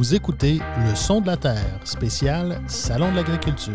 Vous écoutez Le Son de la Terre, spécial Salon de l'agriculture.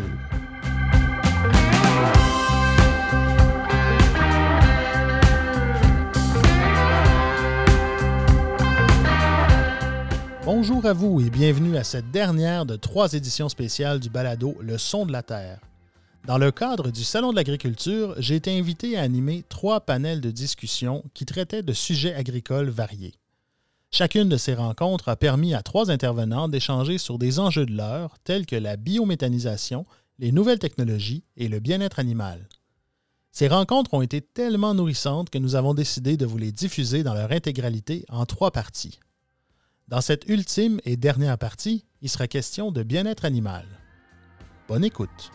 Bonjour à vous et bienvenue à cette dernière de 3 éditions spéciales du balado Le Son de la Terre. Dans le cadre du Salon de l'agriculture, j'ai été invité à animer 3 panels de discussion qui traitaient de sujets agricoles variés. Chacune de ces rencontres a permis à 3 intervenants d'échanger sur des enjeux de l'heure tels que la biométhanisation, les nouvelles technologies et le bien-être animal. Ces rencontres ont été tellement nourrissantes que nous avons décidé de vous les diffuser dans leur intégralité en 3 parties. Dans cette ultime et dernière partie, il sera question de bien-être animal. Bonne écoute!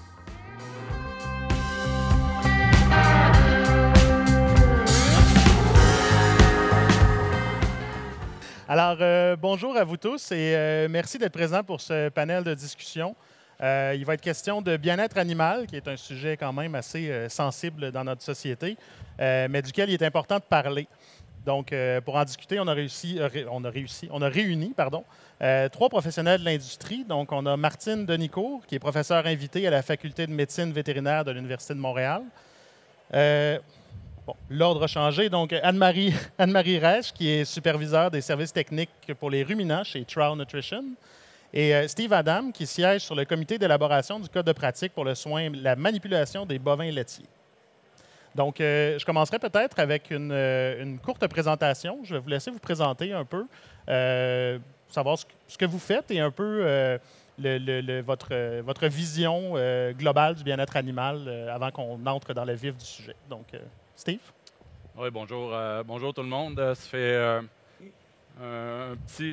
Alors, bonjour à vous tous et merci d'être présents pour ce panel de discussion. Il va être question de bien-être animal, qui est un sujet quand même assez sensible dans notre société, mais duquel il est important de parler. Donc, pour en discuter, on a réuni 3 professionnels de l'industrie. Donc, on a Martine Denicourt, qui est professeure invitée à la Faculté de médecine vétérinaire de l'Université de Montréal. L'ordre a changé. Donc, Anne-Marie Reich, qui est superviseure des services techniques pour les ruminants chez Trout Nutrition. Et Steve Adam, qui siège sur le comité d'élaboration du code de pratique pour le soin et la manipulation des bovins laitiers. Donc, je commencerai peut-être avec une courte présentation. Je vais vous laisser vous présenter un peu, savoir ce que vous faites et un peu votre vision globale du bien-être animal avant qu'on entre dans le vif du sujet. Donc, Steve? Oui, bonjour. Bonjour tout le monde. Ça fait un petit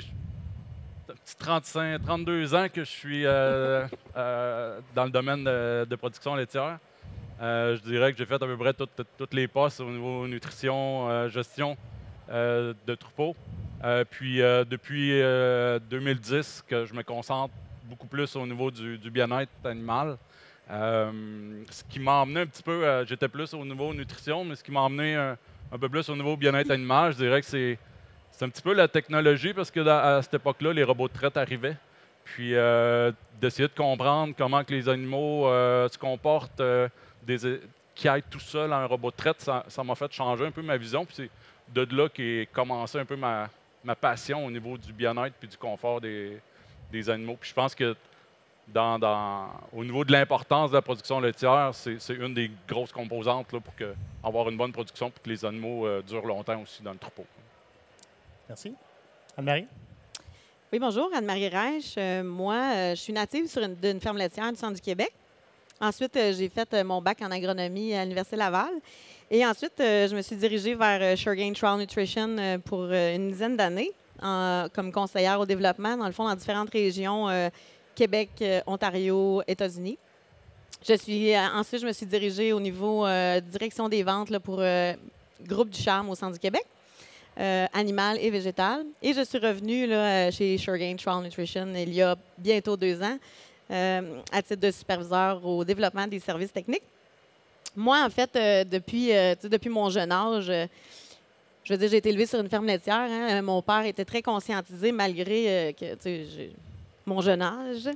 32 ans que je suis dans le domaine de production laitière. Je dirais que j'ai fait à peu près tous les postes au niveau nutrition, gestion de troupeaux. Puis depuis 2010, que je me concentre beaucoup plus au niveau du bien-être animal. Ce qui m'a emmené un petit peu, j'étais plus au niveau nutrition, mais ce qui m'a emmené un peu plus au niveau bien-être animal, je dirais que c'est un petit peu la technologie, parce que à cette époque-là, les robots de traite arrivaient. Puis d'essayer de comprendre comment que les animaux se comportent, qui aillent tout seul à un robot de traite, ça m'a fait changer un peu ma vision. Puis c'est de là qu'est commencé un peu ma passion au niveau du bien-être puis du confort des animaux. Puis je pense que au niveau de l'importance de la production laitière, c'est une des grosses composantes là, pour avoir une bonne production et que les animaux durent longtemps aussi dans le troupeau. Merci. Anne-Marie? Oui, bonjour, Anne-Marie Reich. Moi, je suis native d'une ferme laitière du centre du Québec. Ensuite, j'ai fait mon bac en agronomie à l'Université Laval. Et ensuite, je me suis dirigée vers Shurgane Trout Nutrition pour une dizaine d'années comme conseillère au développement, dans le fond, dans différentes régions, Québec, Ontario, États-Unis. Ensuite, je me suis dirigée au niveau direction des ventes là, pour Groupe du Charme au centre du Québec, animal et végétal. Et je suis revenue là, chez Shurgane Trout Nutrition il y a bientôt 2 ans. À titre de superviseur au développement des services techniques. Moi, en fait, depuis mon jeune âge, je veux dire, j'ai été élevée sur une ferme laitière. Hein. Mon père était très conscientisé malgré mon jeune âge.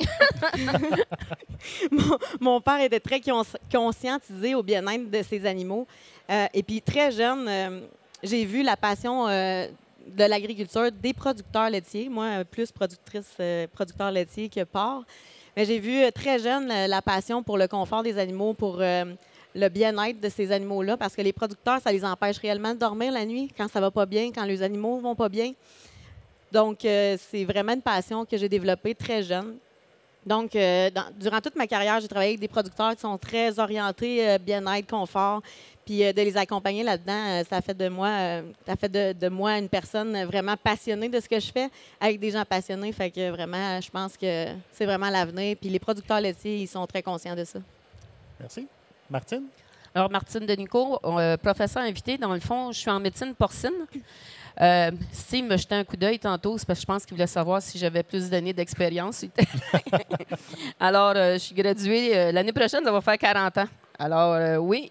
mon père était très conscientisé au bien-être de ses animaux. Et puis, très jeune, j'ai vu la passion de l'agriculture des producteurs laitiers. Moi, plus producteur laitier que porc. Mais j'ai vu très jeune la passion pour le confort des animaux, pour le bien-être de ces animaux-là, parce que les producteurs, ça les empêche réellement de dormir la nuit quand ça va pas bien, quand les animaux vont pas bien. Donc, c'est vraiment une passion que j'ai développée très jeune. Donc, durant toute ma carrière, j'ai travaillé avec des producteurs qui sont très orientés bien-être, confort. Puis de les accompagner là-dedans, ça fait de moi une personne vraiment passionnée de ce que je fais, avec des gens passionnés. Fait que vraiment, je pense que c'est vraiment l'avenir. Puis les producteurs laitiers, ils sont très conscients de ça. Merci. Martine? Alors, Martine Denicourt, professeure invitée. Dans le fond, je suis en médecine porcine. Steve me jetait un coup d'œil tantôt, c'est parce que je pense qu'il voulait savoir si j'avais plus d'années d'expérience. Alors, je suis graduée. L'année prochaine, ça va faire 40 ans. Alors, oui.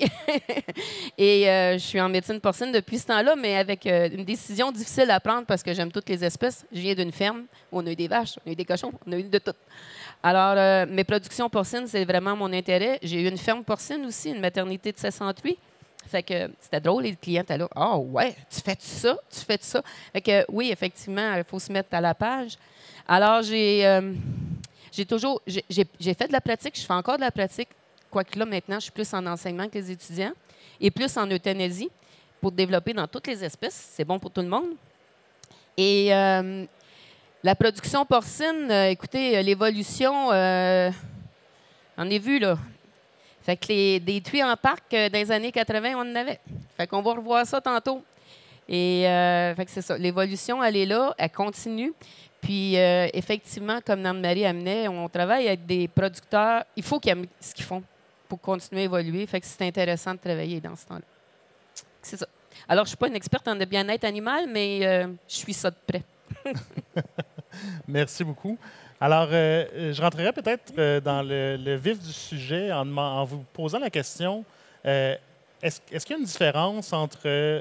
Et je suis en médecine porcine depuis ce temps-là, mais avec une décision difficile à prendre parce que j'aime toutes les espèces. Je viens d'une ferme où on a eu des vaches, on a eu des cochons, on a eu de tout. Alors, mes productions porcines, c'est vraiment mon intérêt. J'ai eu une ferme porcine aussi, une maternité de 68. Fait que c'était drôle, les clients étaient là. « Ah ouais, tu fais ça? Tu fais ça? » Fait que oui, effectivement, il faut se mettre à la page. Alors, j'ai fait de la pratique, je fais encore de la pratique, quoique là, maintenant, je suis plus en enseignement que les étudiants et plus en euthanasie pour développer dans toutes les espèces. C'est bon pour tout le monde. Et la production porcine, écoutez, l'évolution, on est vu, là. Fait que des tués en parc, dans les années 80, on en avait. Fait qu'on va revoir ça tantôt. Et fait que c'est ça. L'évolution, elle est là, elle continue. Puis, effectivement, comme Anne-Marie amenait, on travaille avec des producteurs. Il faut qu'ils aiment ce qu'ils font pour continuer à évoluer. Fait que c'est intéressant de travailler dans ce temps-là. C'est ça. Alors, je ne suis pas une experte en bien-être animal, mais je suis ça de près. Merci beaucoup. Alors, je rentrerai peut-être dans le vif du sujet en vous posant la question, est-ce qu'il y a une différence entre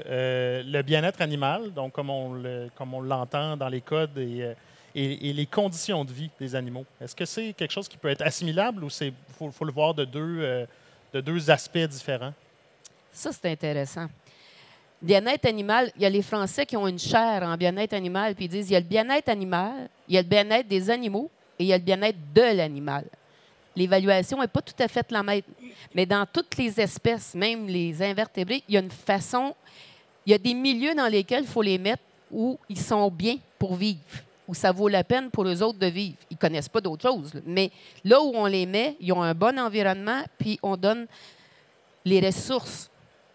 le bien-être animal, donc comme on l'entend dans les codes, et les conditions de vie des animaux? Est-ce que c'est quelque chose qui peut être assimilable ou faut le voir de deux aspects différents? Ça, c'est intéressant. Bien-être animal, il y a les Français qui ont une chaire en bien-être animal, puis ils disent il y a le bien-être animal, il y a le bien-être des animaux et il y a le bien-être de l'animal. L'évaluation n'est pas tout à fait la même. Mais dans toutes les espèces, même les invertébrés, il y a une façon, il y a des milieux dans lesquels il faut les mettre où ils sont bien pour vivre, où ça vaut la peine pour eux autres de vivre. Ils ne connaissent pas d'autre chose. Là. Mais là où on les met, ils ont un bon environnement, puis on donne les ressources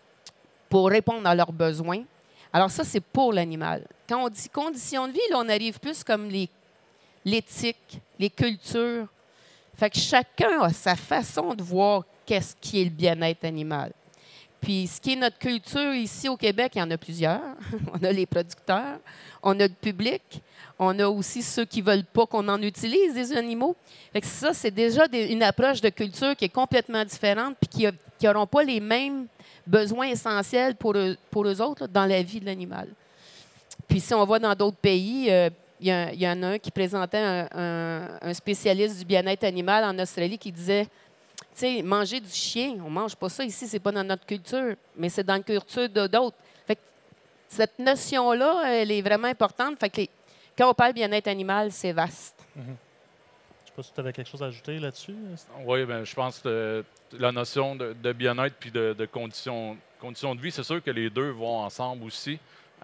pour répondre à leurs besoins. Alors ça, c'est pour l'animal. Quand on dit conditions de vie, là, on arrive plus comme l'éthique, les cultures. Fait que chacun a sa façon de voir qu'est-ce qui est le bien-être animal. Puis ce qui est notre culture ici au Québec, il y en a plusieurs. On a les producteurs, on a le public, on a aussi ceux qui ne veulent pas qu'on en utilise, des animaux. Fait que ça, c'est déjà une approche de culture qui est complètement différente puis qui n'auront pas les mêmes besoins essentiels pour eux autres là, dans la vie de l'animal. Puis si on va dans d'autres pays, il y en a un qui présentait un spécialiste du bien-être animal en Australie qui disait, tu sais, manger du chien, on ne mange pas ça ici, c'est pas dans notre culture, mais c'est dans la culture d'autres. Fait que cette notion-là, elle est vraiment importante. Fait que quand on parle bien-être animal, c'est vaste. Mm-hmm. Je ne sais pas si tu avais quelque chose à ajouter là-dessus. Oui, bien, je pense que la notion de bien-être puis de conditions de vie, c'est sûr que les deux vont ensemble aussi.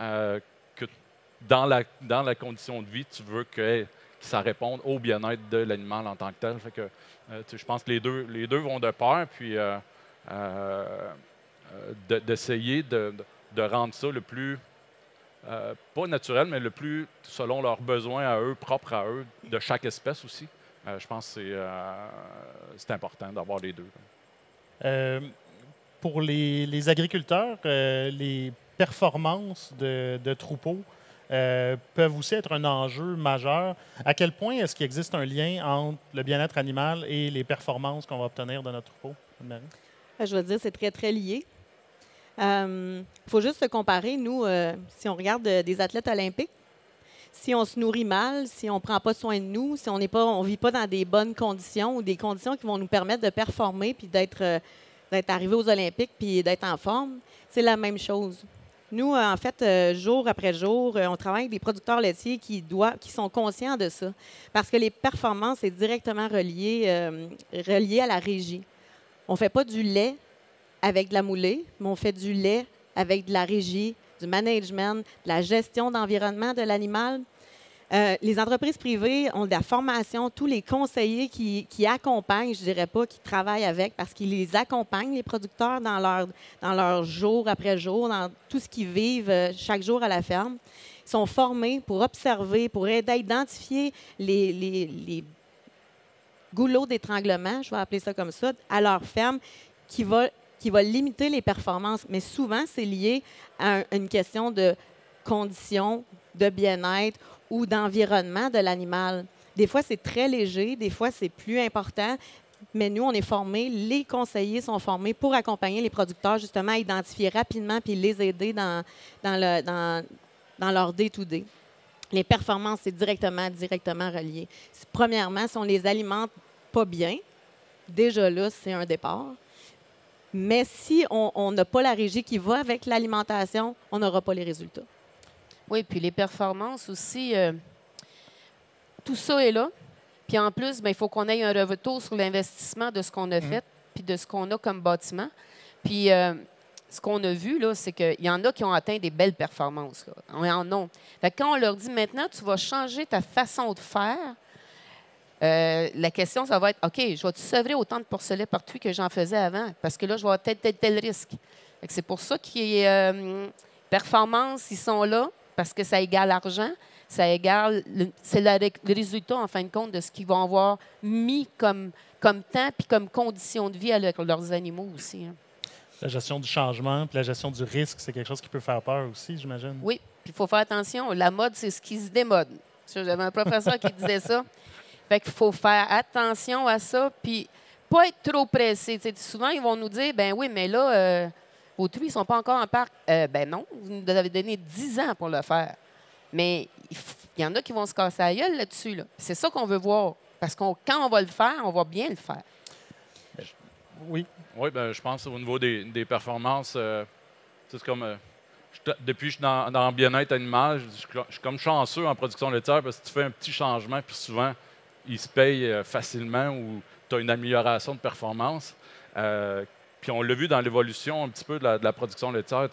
Que dans la condition de vie, tu veux que ça réponde au bien-être de l'animal en tant que tel. Fait que, je pense que les deux vont de pair, puis d'essayer de rendre ça le plus, pas naturel, mais le plus selon leurs besoins à eux, propres à eux, de chaque espèce aussi. Je pense que c'est important d'avoir les deux. Pour les agriculteurs, les performances de troupeaux peuvent aussi être un enjeu majeur. À quel point est-ce qu'il existe un lien entre le bien-être animal et les performances qu'on va obtenir de notre troupeau, Anne-Marie? Je veux dire, c'est très, très lié. Il faut juste se comparer. Nous, si on regarde des athlètes olympiques, si on se nourrit mal, si on ne prend pas soin de nous, si on ne vit pas dans des bonnes conditions ou des conditions qui vont nous permettre de performer puis d'être arrivé aux Olympiques puis d'être en forme, c'est la même chose. Nous, en fait, jour après jour, on travaille avec des producteurs laitiers qui sont conscients de ça parce que les performances sont directement reliées à la régie. On ne fait pas du lait avec de la moulée, mais on fait du lait avec de la régie, du management, de la gestion d'environnement de l'animal. Les entreprises privées ont de la formation, tous les conseillers qui accompagnent, je ne dirais pas qui travaillent avec, parce qu'ils les accompagnent, les producteurs, dans leur jour après jour, dans tout ce qu'ils vivent chaque jour à la ferme. Ils sont formés pour observer, pour aider à identifier les goulots d'étranglement, je vais appeler ça comme ça, à leur ferme, qui va limiter les performances. Mais souvent, c'est lié à une question de conditions, de bien-être ou d'environnement de l'animal. Des fois, c'est très léger, des fois, c'est plus important. Mais nous, on est formés, les conseillers sont formés pour accompagner les producteurs justement à identifier rapidement puis les aider dans leur day-to-day. Les performances, c'est directement relié. Premièrement, si on les alimente pas bien, déjà là, c'est un départ. Mais si on n'a pas la régie qui va avec l'alimentation, on n'aura pas les résultats. Oui, puis les performances aussi, tout ça est là. Puis en plus, il faut qu'on ait un retour sur l'investissement de ce qu'on a fait, puis de ce qu'on a comme bâtiment. Puis ce qu'on a vu, là, c'est qu'il y en a qui ont atteint des belles performances. Là. On en a. Fait que quand on leur dit maintenant, tu vas changer ta façon de faire, la question, ça va être, OK, je vais-tu sevrer autant de porcelets par truie que j'en faisais avant? Parce que là, je vais avoir tel risque. C'est pour ça que performance, ils sont là, parce que ça égale argent, ça égale, c'est le résultat, en fin de compte, de ce qu'ils vont avoir mis comme temps puis comme condition de vie avec leurs animaux aussi. Hein. La gestion du changement puis la gestion du risque, c'est quelque chose qui peut faire peur aussi, j'imagine. Oui, puis il faut faire attention. La mode, c'est ce qui se démode. J'avais un professeur qui disait ça. Fait qu'il faut faire attention à ça, puis pas être trop pressé. T'sais, souvent, ils vont nous dire, ben oui, mais là, vos truies ne sont pas encore en parc. Ben non, vous nous avez donné 10 ans pour le faire. Mais il y en a qui vont se casser la gueule là-dessus. Là. C'est ça qu'on veut voir. Parce que quand on va le faire, on va bien le faire. Oui. Oui, ben, je pense au niveau des performances, c'est comme... depuis que je suis dans le bien-être animal, je suis comme chanceux en production laitière parce que tu fais un petit changement, puis souvent, ils se payent facilement ou tu as une amélioration de performance. Puis on l'a vu dans l'évolution un petit peu de la production laitière.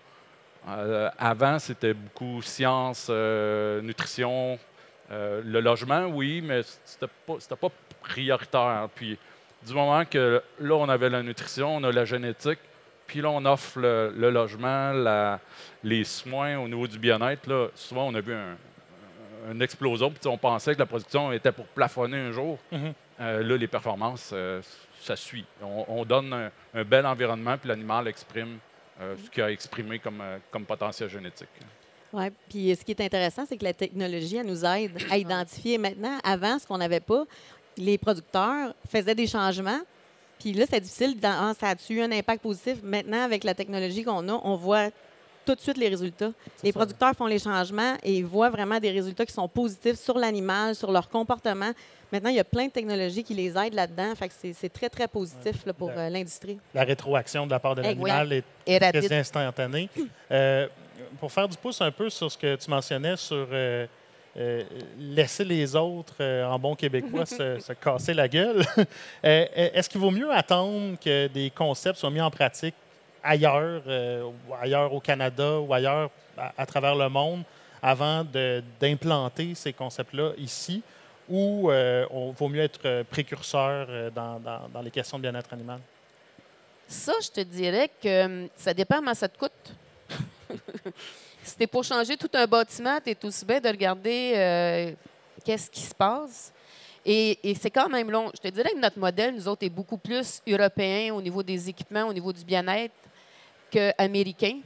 Avant, c'était beaucoup science, nutrition, le logement, oui, mais c'était pas prioritaire. Puis du moment que là, on avait la nutrition, on a la génétique, puis là, on offre le logement, les soins au niveau du bien-être. Là, souvent, on a vu une explosion. Puis on pensait que la production était pour plafonner un jour. Là, les performances, ça suit. On donne un bel environnement, puis l'animal exprime ce qu'il a exprimé comme potentiel génétique. Oui, puis ce qui est intéressant, c'est que la technologie, elle nous aide à identifier maintenant. Avant, ce qu'on n'avait pas, les producteurs faisaient des changements. Puis là, c'est difficile. Ça a-tu eu un impact positif? Maintenant, avec la technologie qu'on a, on voit tout de suite les résultats. Les producteurs font les changements et ils voient vraiment des résultats qui sont positifs sur l'animal, sur leur comportement. Maintenant, il y a plein de technologies qui les aident là-dedans. Fait que c'est très, très positif là, pour l'industrie. La rétroaction de la part de l'animal est très instantanée. Pour faire du pouce un peu sur ce que tu mentionnais sur laisser les autres, en bon québécois, se casser la gueule, est-ce qu'il vaut mieux attendre que des concepts soient mis en pratique ailleurs au Canada ou ailleurs à travers le monde avant d'implanter ces concepts-là ici, ou on vaut mieux être précurseur dans les questions de bien-être animal? Ça, je te dirais que ça dépend comment ça te coûte. Si t'es pour changer tout un bâtiment, tu es aussi bien de regarder qu'est-ce qui se passe. Et c'est quand même long. Je te dirais que notre modèle, nous autres, est beaucoup plus européen au niveau des équipements, au niveau du bien-être, qu'américain.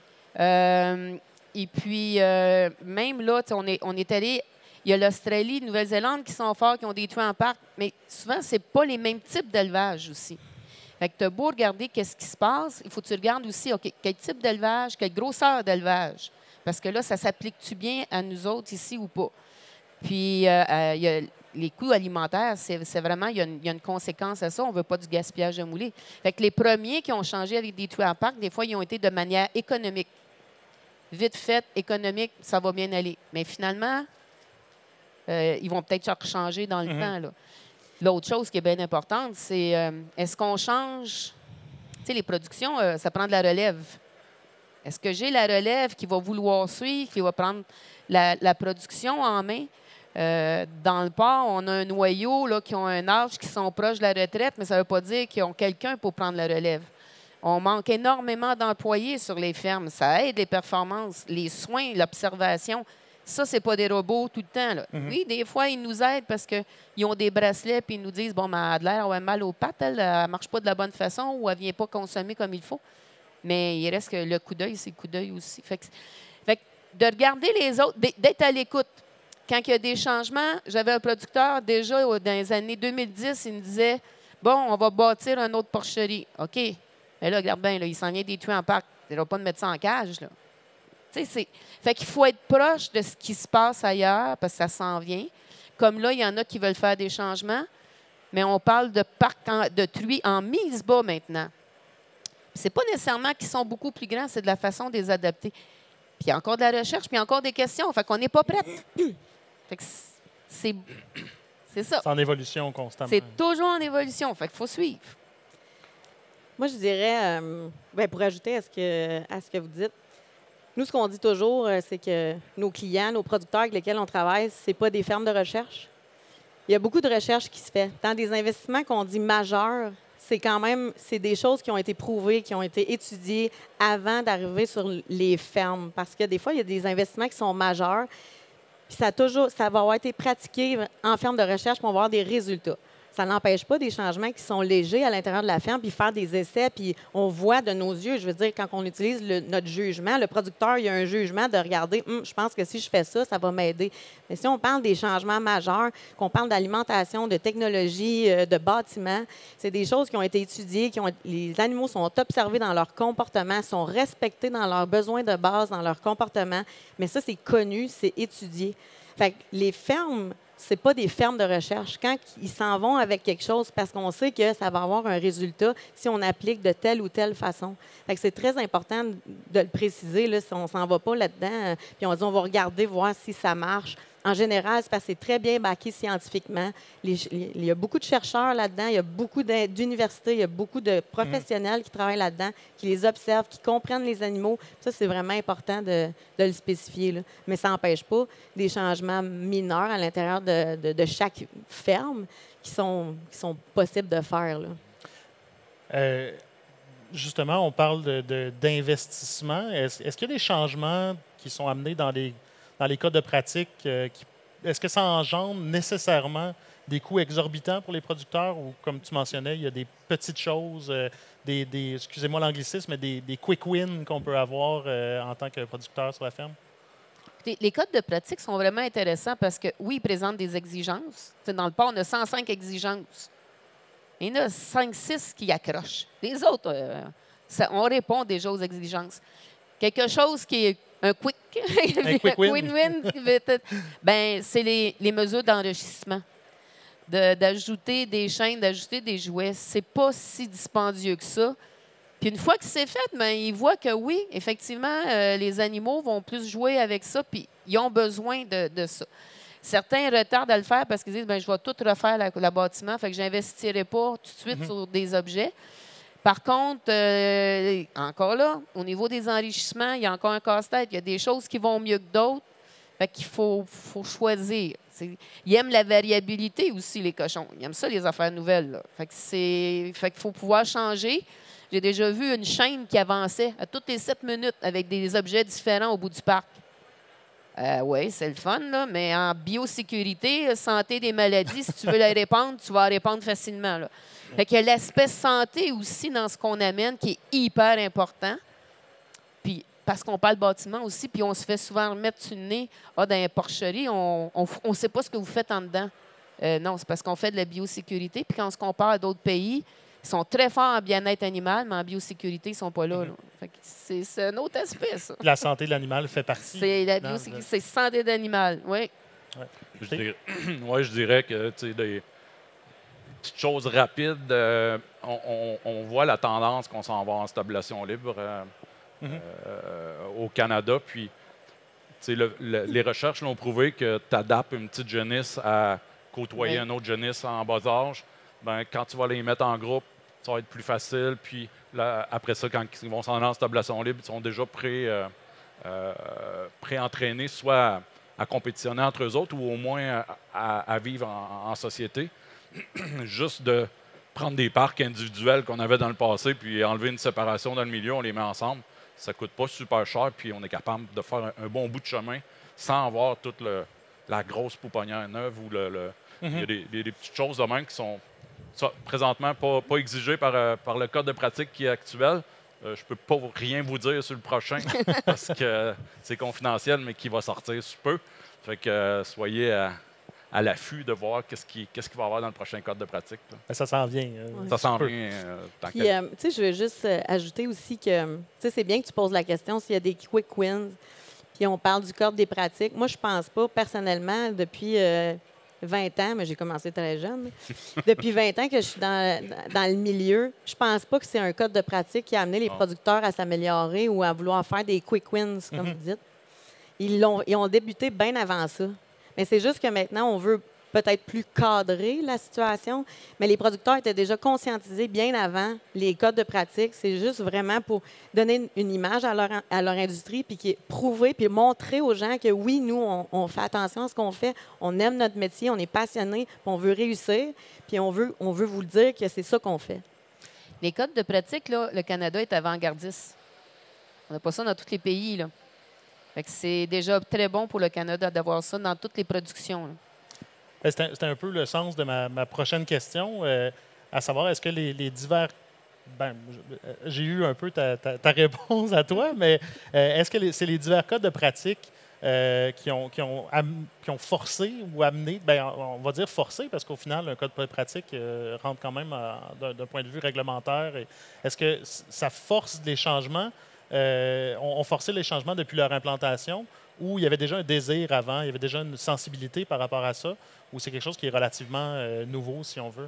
Et puis, même là, on est allé... Il y a l'Australie, Nouvelle-Zélande qui sont forts, qui ont des truies en parc, mais souvent, ce n'est pas les mêmes types d'élevage aussi. Fait que tu as beau regarder qu'est-ce qui se passe, il faut que tu regardes aussi, OK, quel type d'élevage, quelle grosseur d'élevage. Parce que là, ça s'applique-tu bien à nous autres ici ou pas? Puis, il y a les coûts alimentaires, c'est vraiment, il y a une conséquence à ça. On ne veut pas du gaspillage de moulée. Fait que les premiers qui ont changé avec des truies en parc, des fois, ils ont été de manière économique. Vite fait, économique, ça va bien aller. Mais finalement, ils vont peut-être changer dans le temps. Là. L'autre chose qui est bien importante, c'est est-ce qu'on change... Tu sais, les productions, ça prend de la relève. Est-ce que j'ai la relève qui va vouloir suivre, qui va prendre la production en main? Dans le port, on a un noyau là, qui ont un âge, qui sont proches de la retraite, mais ça ne veut pas dire qu'ils ont quelqu'un pour prendre la relève. On manque énormément d'employés sur les fermes. Ça aide les performances, les soins, l'observation. Ça, c'est pas des robots tout le temps. Là. Oui, des fois, ils nous aident parce qu'ils ont des bracelets et ils nous disent « Bon, ben, elle a l'air mal aux pattes, elle ne marche pas de la bonne façon ou elle ne vient pas consommer comme il faut. » Mais il reste que le coup d'œil, c'est le coup d'œil aussi. Fait que de regarder les autres, d'être à l'écoute. Quand il y a des changements, j'avais un producteur déjà dans les années 2010, il me disait Bon, on va bâtir une autre porcherie. OK. Mais là, regarde bien, là, il s'en vient des tués en parc. Tu ne vas pas de mettre ça en cage, là. Fait qu'il faut être proche de ce qui se passe ailleurs, parce que ça s'en vient. Comme là, il y en a qui veulent faire des changements, mais on parle de parcs de truies en mise bas maintenant. C'est pas nécessairement qu'ils sont beaucoup plus grands, c'est de la façon de les adapter. Puis il y a encore de la recherche, puis il y a encore des questions. Fait qu'on n'est pas prête. Fait que c'est ça. C'est en évolution constamment. C'est toujours en évolution. Fait qu'il faut suivre. Moi, je dirais, pour ajouter à ce que vous dites, nous, ce qu'on dit toujours, c'est que nos clients, nos producteurs avec lesquels on travaille, ce n'est pas des fermes de recherche. Il y a beaucoup de recherche qui se fait. Dans des investissements qu'on dit majeurs, c'est des choses qui ont été prouvées, qui ont été étudiées avant d'arriver sur les fermes. Parce que des fois, il y a des investissements qui sont majeurs, puis ça va avoir été pratiqué en ferme de recherche, puis on va avoir des résultats. Ça n'empêche pas des changements qui sont légers à l'intérieur de la ferme, puis faire des essais, puis on voit de nos yeux, je veux dire, quand on utilise notre jugement, le producteur, il y a un jugement de regarder, je pense que si je fais ça, ça va m'aider. Mais si on parle des changements majeurs, qu'on parle d'alimentation, de technologie, de bâtiments, c'est des choses qui ont été étudiées, les animaux sont observés dans leur comportement, sont respectés dans leurs besoins de base, dans leur comportement, mais ça, c'est connu, c'est étudié. Fait que les fermes, c'est pas des fermes de recherche. Quand ils s'en vont avec quelque chose, parce qu'on sait que ça va avoir un résultat si on applique de telle ou telle façon. Fait que c'est très important de le préciser, là, si on s'en va pas là-dedans, puis on dit on va regarder, voir si ça marche. En général, c'est parce que c'est très bien backé scientifiquement. Il y a beaucoup de chercheurs là-dedans, il y a beaucoup d'universités, il y a beaucoup de professionnels qui travaillent là-dedans, qui les observent, qui comprennent les animaux. Ça, c'est vraiment important de le spécifier, là. Mais ça n'empêche pas des changements mineurs à l'intérieur de chaque ferme qui sont possibles de faire, là. Justement, on parle d'investissement. Est-ce qu'il y a des changements qui sont amenés dans les cas de pratique? Est-ce que ça engendre nécessairement des coûts exorbitants pour les producteurs ou, comme tu mentionnais, il y a des petites choses, excusez-moi l'anglicisme, mais des quick wins qu'on peut avoir en tant que producteur sur la ferme? Les codes de pratique sont vraiment intéressants parce que, oui, ils présentent des exigences. Dans le port, on a 105 exigences. Il y en a 5-6 qui accrochent. Les autres, on répond déjà aux exigences. Quelque chose qui est un quick win, c'est les mesures d'enrichissement. D'ajouter des chaînes, d'ajouter des jouets. C'est pas si dispendieux que ça. Puis une fois que c'est fait, ils voient que oui, effectivement, les animaux vont plus jouer avec ça, puis ils ont besoin de ça. Certains retardent à le faire parce qu'ils disent je vais tout refaire le bâtiment, fait que je n'investirai pas tout de suite sur des objets. Par contre, encore là, au niveau des enrichissements, il y a encore un casse-tête. Il y a des choses qui vont mieux que d'autres. Fait qu'il faut choisir. Ils aiment la variabilité aussi, les cochons. Ils aiment ça, les affaires nouvelles, là. Fait qu'il faut pouvoir changer. J'ai déjà vu une chaîne qui avançait à toutes les 7 minutes avec des objets différents au bout du parc. Oui, c'est le fun, là, mais en biosécurité, santé des maladies, si tu veux la répandre, tu vas la répandre facilement, là. Fait qu'il y a l'aspect santé aussi dans ce qu'on amène qui est hyper important. Puis, parce qu'on parle bâtiment aussi, puis on se fait souvent remettre sur le nez, dans les porcheries, on ne sait pas ce que vous faites en dedans. Non, c'est parce qu'on fait de la biosécurité. Puis quand on se compare à d'autres pays, ils sont très forts en bien-être animal, mais en biosécurité, ils ne sont pas là. Fait que c'est un autre aspect, ça. La santé de l'animal fait partie. C'est la biosécurité, c'est santé d'animal, oui. Ouais. Je dirais que des petites choses rapides, on voit la tendance qu'on s'en va en stabulation libre au Canada. Puis, les recherches l'ont prouvé que tu adaptes une petite jeunisse à côtoyer une autre jeunisse en bas âge. Quand tu vas les mettre en groupe, ça va être plus facile. Puis là, après ça, quand ils vont s'en aller en stabulation libre, ils sont déjà pré-entraînés, soit à compétitionner entre eux autres ou au moins à vivre en société. Juste de prendre des parcs individuels qu'on avait dans le passé puis enlever une séparation dans le milieu, on les met ensemble. Ça ne coûte pas super cher puis on est capable de faire un bon bout de chemin sans avoir toute la grosse pouponnière neuve ou il y a des petites choses de même qui sont présentement pas exigées par le code de pratique qui est actuel. Je ne peux pas rien vous dire sur le prochain parce que c'est confidentiel, mais qui va sortir sous peu. Fait que soyez à l'affût de voir qu'est-ce qu'il va y avoir dans le prochain code de pratique. Là. Ben, ça s'en vient. Ça s'en vient. Tant Puis, qu'à- tu sais, je veux juste ajouter aussi que, tu sais, c'est bien que tu poses la question s'il y a des quick wins, puis on parle du code des pratiques. Moi, je pense pas, personnellement, depuis 20 ans, mais j'ai commencé très jeune, depuis 20 ans que je suis dans le milieu, je pense pas que c'est un code de pratique qui a amené les Non. producteurs à s'améliorer ou à vouloir faire des quick wins, comme vous dites. Ils ont débuté bien avant ça. Mais c'est juste que maintenant, on veut peut-être plus cadrer la situation, mais les producteurs étaient déjà conscientisés bien avant les codes de pratique. C'est juste vraiment pour donner une image à leur industrie, puis prouver, puis montrer aux gens que oui, nous, on fait attention à ce qu'on fait, on aime notre métier, on est passionné, puis on veut réussir, puis on veut vous le dire que c'est ça qu'on fait. Les codes de pratique, là, le Canada est avant-gardiste. On n'a pas ça dans tous les pays. Là. Fait que c'est déjà très bon pour le Canada d'avoir ça dans toutes les productions. Là. C'était un peu le sens de ma prochaine question, à savoir, est-ce que les divers... Ben, j'ai eu un peu ta réponse à toi, mais est-ce que c'est les divers codes de pratique qui ont forcé ou amené, ben, on va dire forcé, parce qu'au final, un code de pratique rentre quand même d'un point de vue réglementaire. Est-ce que ça force les changements, ont forcé les changements depuis leur implantation, ou il y avait déjà un désir avant, il y avait déjà une sensibilité par rapport à ça, ou c'est quelque chose qui est relativement nouveau, si on veut?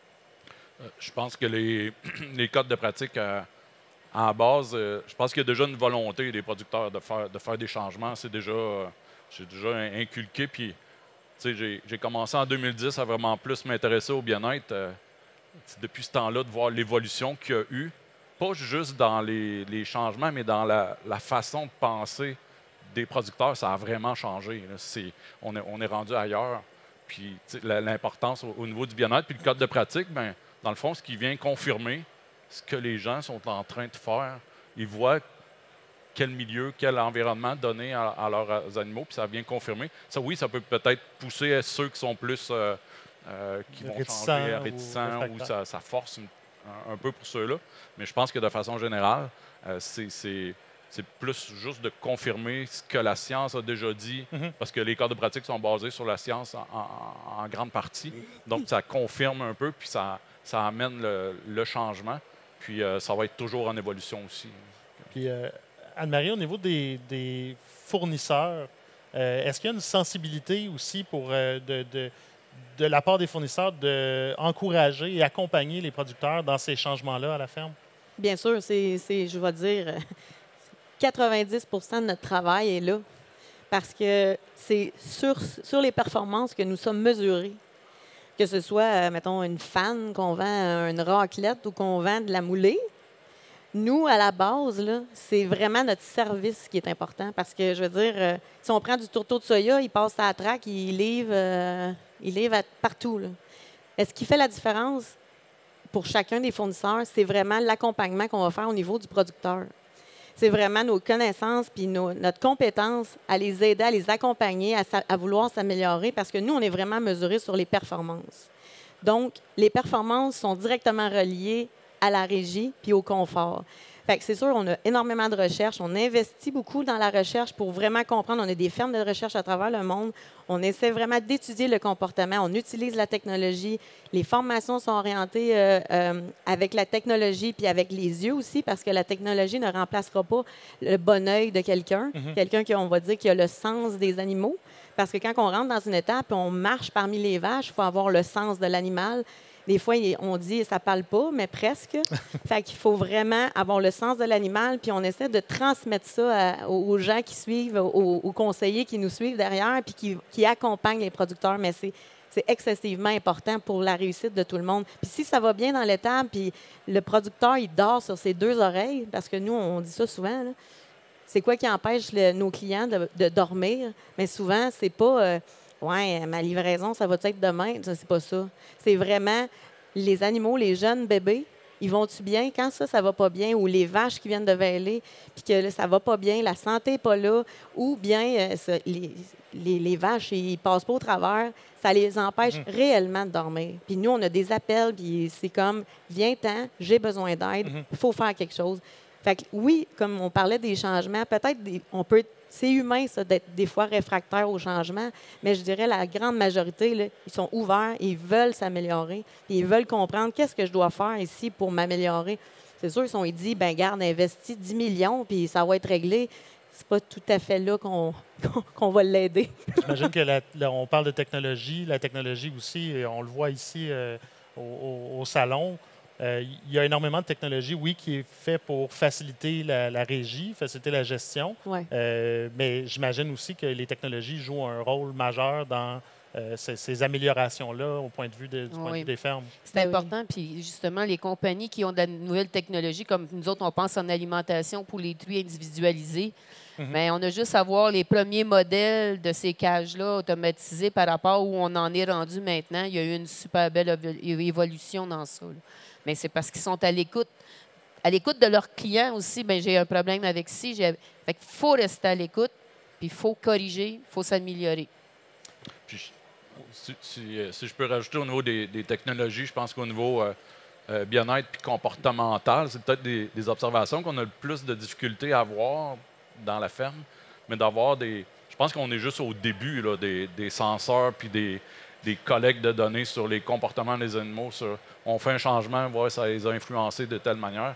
Je pense que les codes de pratique en base, je pense qu'il y a déjà une volonté des producteurs de faire des changements. C'est déjà inculqué. Puis, j'ai commencé en 2010 à vraiment plus m'intéresser au bien-être. Depuis ce temps-là, de voir l'évolution qu'il y a eu, pas juste dans les changements, mais dans la façon de penser des producteurs, ça a vraiment changé. Là. On est rendu ailleurs. Puis l'importance au niveau du bien-être. Puis le code de pratique, ben, dans le fond, ce qui vient confirmer ce que les gens sont en train de faire. Ils voient quel milieu, quel environnement donner à leurs animaux, puis ça vient confirmer. Ça, oui, ça peut peut-être pousser ceux qui sont plus qui vont changer, réticents, ou ça force un peu pour ceux-là. Mais je pense que de façon générale, c'est plus juste de confirmer ce que la science a déjà dit, parce que les codes de pratique sont basés sur la science en grande partie. Donc, ça confirme un peu, puis ça amène le changement. Puis, ça va être toujours en évolution aussi. Puis, Anne-Marie, au niveau des fournisseurs, est-ce qu'il y a une sensibilité aussi pour de la part des fournisseurs d'encourager et accompagner les producteurs dans ces changements-là à la ferme? Bien sûr, je vais dire, 90 de notre travail est là parce que c'est sur les performances que nous sommes mesurés. Que ce soit, mettons, une fan qu'on vend une raclette ou qu'on vend de la moulée, nous, à la base, là, c'est vraiment notre service qui est important parce que, je veux dire, si on prend du tourteau de soya, il passe à la traque, il livre partout. Là. Et ce qui fait la différence pour chacun des fournisseurs, c'est vraiment l'accompagnement qu'on va faire au niveau du producteur. C'est vraiment nos connaissances puis notre compétence à les aider, à les accompagner, à vouloir s'améliorer parce que nous, on est vraiment mesurés sur les performances. Donc, les performances sont directement reliées à la régie puis au confort. Fait que c'est sûr, on a énormément de recherche. On investit beaucoup dans la recherche pour vraiment comprendre. On a des fermes de recherche à travers le monde. On essaie vraiment d'étudier le comportement. On utilise la technologie. Les formations sont orientées avec la technologie puis avec les yeux aussi, parce que la technologie ne remplacera pas le bon œil de quelqu'un. Quelqu'un qui, on va dire, qui a le sens des animaux. Parce que quand on rentre dans une étape et on marche parmi les vaches, il faut avoir le sens de l'animal. Des fois, on dit ça parle pas, mais presque. Fait qu'il faut vraiment avoir le sens de l'animal, puis on essaie de transmettre ça aux gens qui suivent, aux conseillers qui nous suivent derrière, puis qui accompagnent les producteurs. Mais c'est excessivement important pour la réussite de tout le monde. Puis si ça va bien dans l'étable, puis le producteur, il dort sur ses deux oreilles, parce que nous, on dit ça souvent, là. C'est quoi qui empêche nos clients de dormir? Mais souvent, c'est pas... ouais, ma livraison, ça va être demain. C'est pas ça. C'est vraiment les animaux, les jeunes bébés, ils vont-tu bien? Quand ça va pas bien, ou les vaches qui viennent de vêler, puis que ça va pas bien, la santé n'est pas là, ou bien les vaches, ils passent pas au travers, ça les empêche réellement de dormir. Puis nous, on a des appels, puis c'est comme, viens-t'en, j'ai besoin d'aide, il faut faire quelque chose. Fait que oui, comme on parlait des changements, peut-être c'est humain, ça, d'être des fois réfractaire aux changements, mais je dirais la grande majorité, là, ils sont ouverts, ils veulent s'améliorer, puis ils veulent comprendre qu'est-ce que je dois faire ici pour m'améliorer. C'est sûr, ils disent, ben garde, investis 10 millions, puis ça va être réglé. C'est pas tout à fait là qu'on va l'aider. J'imagine que on parle de technologie. La technologie aussi, on le voit ici au salon. Il y a énormément de technologie, oui, qui est fait pour faciliter la régie, faciliter la gestion. Ouais. Mais j'imagine aussi que les technologies jouent un rôle majeur dans ces améliorations-là au point de vue du point de vue des fermes. C'est Ben oui. important. Puis justement, les compagnies qui ont de la nouvelle technologie, comme nous autres, on pense en alimentation pour les truies individualisées, mais on a juste à voir les premiers modèles de ces cages-là automatisées par rapport à où on en est rendu maintenant. Il y a eu une super belle évolution dans ça, là. Mais c'est parce qu'ils sont à l'écoute. À l'écoute de leurs clients aussi, bien, j'ai un problème avec ci. Fait qu'il faut rester à l'écoute, puis il faut corriger, il faut s'améliorer. Puis, si je peux rajouter au niveau des technologies, je pense qu'au niveau bien-être et comportemental, c'est peut-être des observations qu'on a le plus de difficultés à avoir dans la ferme, mais d'avoir des... Je pense qu'on est juste au début là, des senseurs puis des collectes de données sur les comportements des animaux. On fait un changement, voir ça les a influencés de telle manière.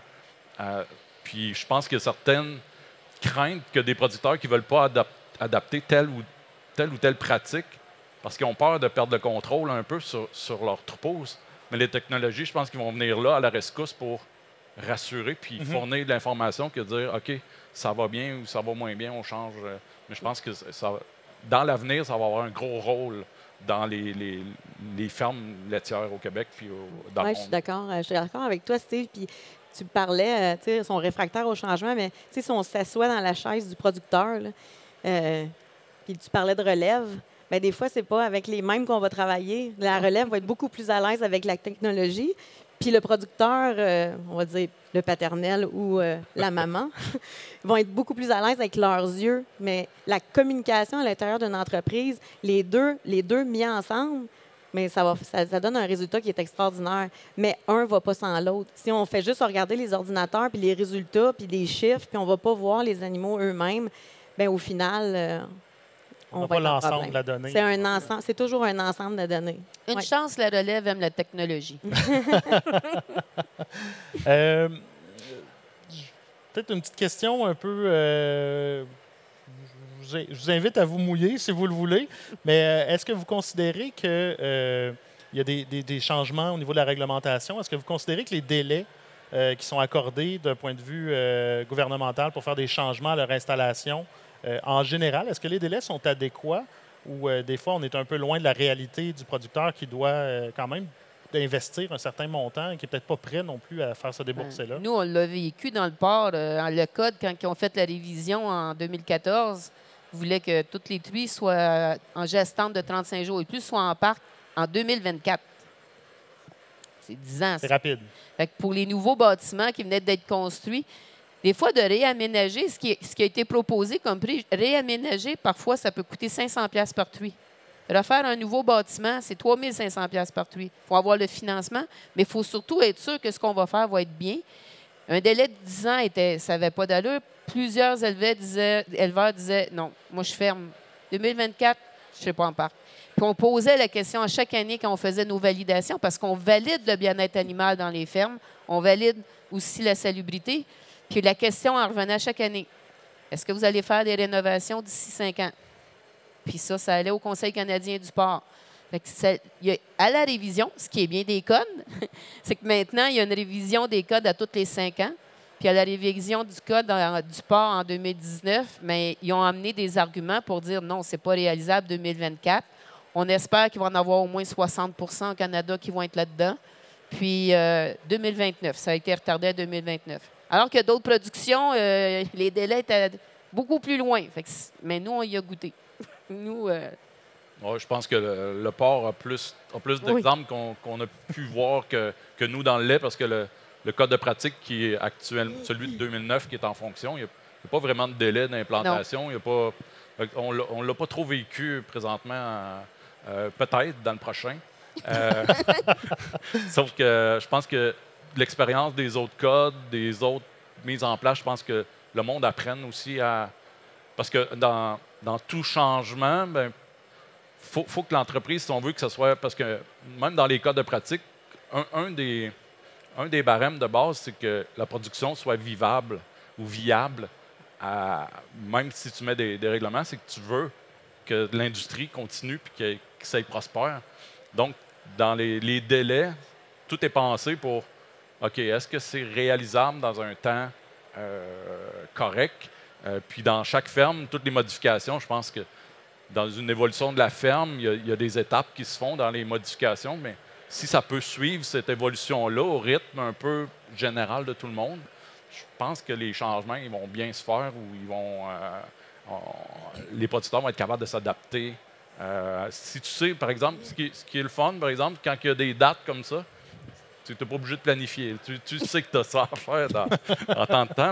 Puis je pense qu'il y a certaines craintes que des producteurs qui ne veulent pas adapter telle ou telle pratique parce qu'ils ont peur de perdre le contrôle un peu sur leur troupeau. Mais les technologies, je pense qu'ils vont venir là à la rescousse pour rassurer puis fournir de l'information que dire OK, ça va bien ou ça va moins bien, on change. Mais je pense que dans l'avenir, ça va avoir un gros rôle dans les fermes laitières au Québec puis dans le monde. Je suis d'accord. Je suis d'accord avec toi, Steve. Puis tu parlais, tu sais, ils sont réfractaires au changement, mais tu sais, si on s'assoit dans la chaise du producteur, là, puis tu parlais de relève, bien, des fois, c'est pas avec les mêmes qu'on va travailler. La relève va être beaucoup plus à l'aise avec la technologie. Puis le producteur, on va dire le paternel ou la maman, vont être beaucoup plus à l'aise avec leurs yeux. Mais la communication à l'intérieur d'une entreprise, les deux mis ensemble, mais ça donne un résultat qui est extraordinaire. Mais un ne va pas sans l'autre. Si on fait juste regarder les ordinateurs, puis les résultats, puis les chiffres, puis on ne va pas voir les animaux eux-mêmes, bien, au final, on va pas l'ensemble de la donnée. C'est un ensemble, c'est toujours un ensemble de données. Une chance, la relève aime la technologie. Peut-être une petite question un peu... je vous invite à vous mouiller si vous le voulez, mais est-ce que vous considérez qu'il y a des changements au niveau de la réglementation? Est-ce que vous considérez que les délais qui sont accordés d'un point de vue gouvernemental pour faire des changements à leur installation, en général, est-ce que les délais sont adéquats ou des fois on est un peu loin de la réalité du producteur qui doit quand même d'investir un certain montant et qui n'est peut-être pas prêt non plus à faire ce débourser-là? Nous, on l'a vécu dans le port. Le Code, quand ils ont fait la révision en 2014, voulait que toutes les truies soient en gestante de 35 jours et plus soient en parc en 2024. C'est 10 ans. C'est rapide. Fait que pour les nouveaux bâtiments qui venaient d'être construits, des fois, de réaménager, ce qui a été proposé comme prix, réaménager, parfois, ça peut coûter 500 $ par truie. Refaire un nouveau bâtiment, c'est 3 500 $ par truie. Il faut avoir le financement, mais il faut surtout être sûr que ce qu'on va faire va être bien. Un délai de 10 ans, ça n'avait pas d'allure. Plusieurs éleveurs disaient non, moi je ferme. 2024, je ne serai pas en parc. Puis on posait la question à chaque année quand on faisait nos validations, parce qu'on valide le bien-être animal dans les fermes, on valide aussi la salubrité. Puis la question en revenait à chaque année. Est-ce que vous allez faire des rénovations d'ici 5 ans? Puis ça allait au Conseil canadien du port. Fait que à la révision, ce qui est bien des codes, c'est que maintenant, il y a une révision des codes à tous les 5 ans. Puis à la révision du code du port en 2019, mais ils ont amené des arguments pour dire non, ce n'est pas réalisable 2024. On espère qu'il va en avoir au moins 60 % au Canada qui vont être là-dedans. Puis 2029, ça a été retardé à 2029. Alors que d'autres productions, les délais étaient beaucoup plus loin. Mais nous, on y a goûté. Nous, ouais, je pense que le port a plus d'exemples qu'on a pu voir que nous dans le lait, parce que le code de pratique qui est actuel, celui de 2009 qui est en fonction, il n'y a pas vraiment de délai d'implantation. On ne l'a pas trop vécu présentement, peut-être dans le prochain. Sauf que je pense que l'expérience des autres codes, des autres mises en place. Je pense que le monde apprenne aussi à... Parce que dans tout changement, ben, faut que l'entreprise, si on veut que ce soit... Parce que même dans les cas de pratique, un des barèmes de base, c'est que la production soit vivable ou viable. Même si tu mets des règlements, c'est que tu veux que l'industrie continue et que ça y prospère. Donc, dans les délais, tout est pensé pour, OK, est-ce que c'est réalisable dans un temps correct? Puis dans chaque ferme, toutes les modifications, je pense que dans une évolution de la ferme, il y a des étapes qui se font dans les modifications, mais si ça peut suivre cette évolution-là au rythme un peu général de tout le monde, je pense que les changements ils vont bien se faire ou les producteurs vont être capables de s'adapter. Si tu sais, par exemple, ce qui est le fun, par exemple, quand il y a des dates comme ça, tu n'es pas obligé de planifier. Tu sais que tu as ça à faire dans tant de temps,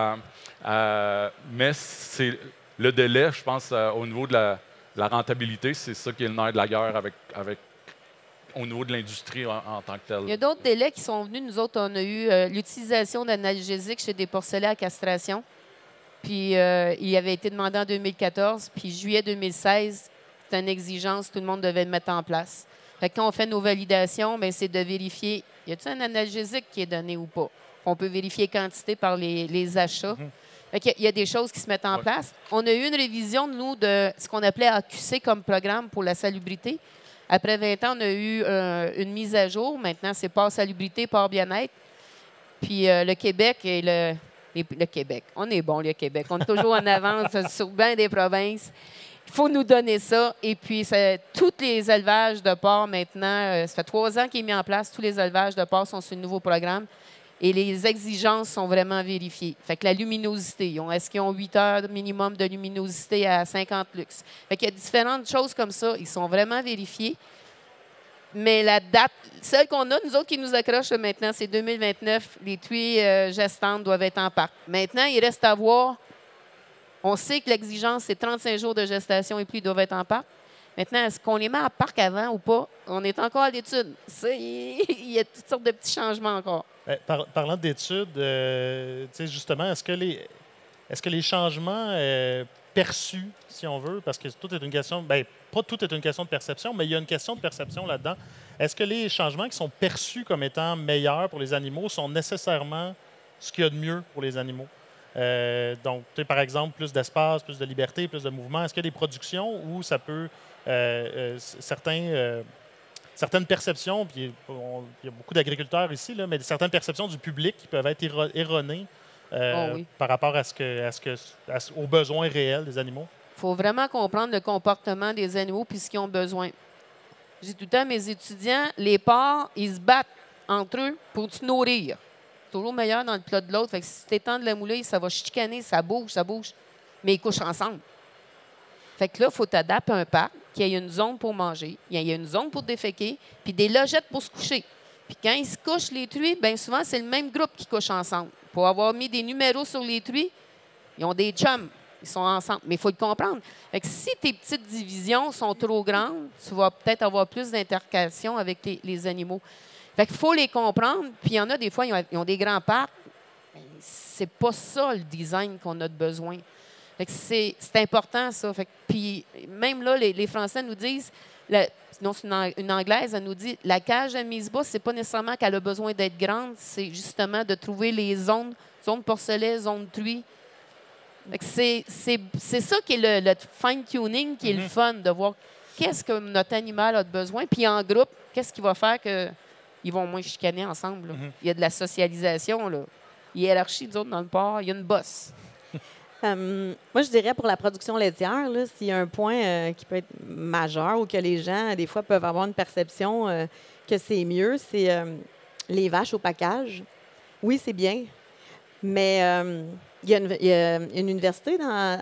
mais c'est le délai, je pense, au niveau de la rentabilité, c'est ça qui est le nerf de la guerre au niveau de l'industrie en tant que telle. Il y a d'autres délais qui sont venus. Nous autres, on a eu l'utilisation d'analgésiques chez des porcelets à castration. Puis, il avait été demandé en 2014. Puis, juillet 2016, c'est une exigence, tout le monde devait le mettre en place. Fait que quand on fait nos validations, bien, c'est de vérifier, y a-t-il un analgésique qui est donné ou pas? On peut vérifier quantité par les achats. Fait qu'il y a des choses qui se mettent en place. On a eu une révision, nous, de ce qu'on appelait AQC comme programme pour la salubrité. Après 20 ans, on a eu une mise à jour. Maintenant, c'est Port Salubrité, Port Bien-être. Puis le Québec et le Québec. On est bon, le Québec. On est toujours en avance sur bien des provinces. Il faut nous donner ça. Et puis, tous les élevages de porcs, maintenant, ça fait 3 ans qu'il est mis en place. Tous les élevages de porcs sont sur le nouveau programme. Et les exigences sont vraiment vérifiées. Fait que la luminosité, est-ce qu'ils ont 8 heures minimum de luminosité à 50 lux? Fait qu'il y a différentes choses comme ça. Ils sont vraiment vérifiés. Mais la date, celle qu'on a, nous autres qui nous accrochent maintenant, c'est 2029. Les tuiles gestantes doivent être en parc. Maintenant, il reste à voir. On sait que l'exigence, c'est 35 jours de gestation et plus, ils doivent être en parc. Maintenant, est-ce qu'on les met en parc avant ou pas? On est encore à l'étude. Il y a toutes sortes de petits changements encore. Parlant d'études, justement, est-ce que les changements perçus, si on veut, parce que tout est une question, pas tout est une question de perception, mais il y a une question de perception là-dedans. Est-ce que les changements qui sont perçus comme étant meilleurs pour les animaux sont nécessairement ce qu'il y a de mieux pour les animaux? Donc, par exemple, plus d'espace, plus de liberté, plus de mouvement. Est-ce qu'il y a des productions où ça peut... certaines perceptions, puis il y a beaucoup d'agriculteurs ici, là, mais certaines perceptions du public qui peuvent être erronées par rapport aux besoins réels des animaux? Il faut vraiment comprendre le comportement des animaux puis ce qu'ils ont besoin. J'ai tout le temps à mes étudiants, les porcs, ils se battent entre eux pour se nourrir. C'est toujours meilleur dans le plat de l'autre. Fait que si tu étends de la moulée, ça va chicaner, ça bouge. Mais ils couchent ensemble. Fait que là, il faut t'adapter un parc, qu'il y ait une zone pour manger, il y a une zone pour déféquer, puis des logettes pour se coucher. Puis quand ils se couchent, les truies, bien souvent, c'est le même groupe qui couche ensemble. Pour avoir mis des numéros sur les truies, ils ont des chums. Ils sont ensemble. Mais il faut le comprendre. Fait que si tes petites divisions sont trop grandes, tu vas peut-être avoir plus d'intercations avec les animaux. Fait qu'il faut les comprendre. Puis il y en a des fois, ils ont des grands parcs. C'est pas ça le design qu'on a de besoin. Fait que c'est important, ça. Fait que, puis même là, les Français nous disent, non, c'est une Anglaise, elle nous dit, la cage à mise bas, c'est pas nécessairement qu'elle a besoin d'être grande, c'est justement de trouver les zones porcelet, zone truie. Fait que c'est ça qui est le fine-tuning, qui est le fun, de voir qu'est-ce que notre animal a de besoin, puis en groupe, qu'est-ce qui va faire qu'ils vont moins chicaner ensemble. Il y a de la socialisation, là. Hiérarchie, nous autres, dans le port, il y a une bosse. Moi, je dirais pour la production laitière, s'il y a un point qui peut être majeur ou que les gens, des fois, peuvent avoir une perception que c'est mieux, c'est les vaches au package. Oui, c'est bien, mais il y a une université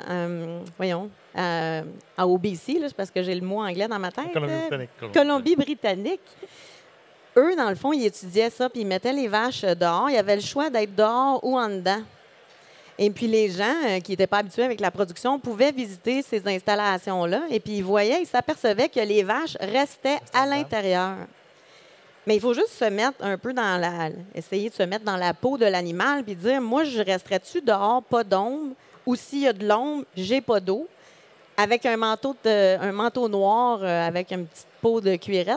à OBC, là, c'est parce que j'ai le mot anglais dans ma tête. Colombie-Britannique. Eux, dans le fond, ils étudiaient ça, puis ils mettaient les vaches dehors. Il y avait le choix d'être dehors ou en dedans. Et puis les gens qui n'étaient pas habitués avec la production pouvaient visiter ces installations-là et puis ils s'apercevaient que les vaches restaient à l'intérieur. Mais il faut juste se mettre un peu essayer de se mettre dans la peau de l'animal puis dire, moi, je resterais-tu dehors, pas d'ombre, ou s'il y a de l'ombre, j'ai pas d'eau, avec un manteau noir avec une petite peau de cuirette.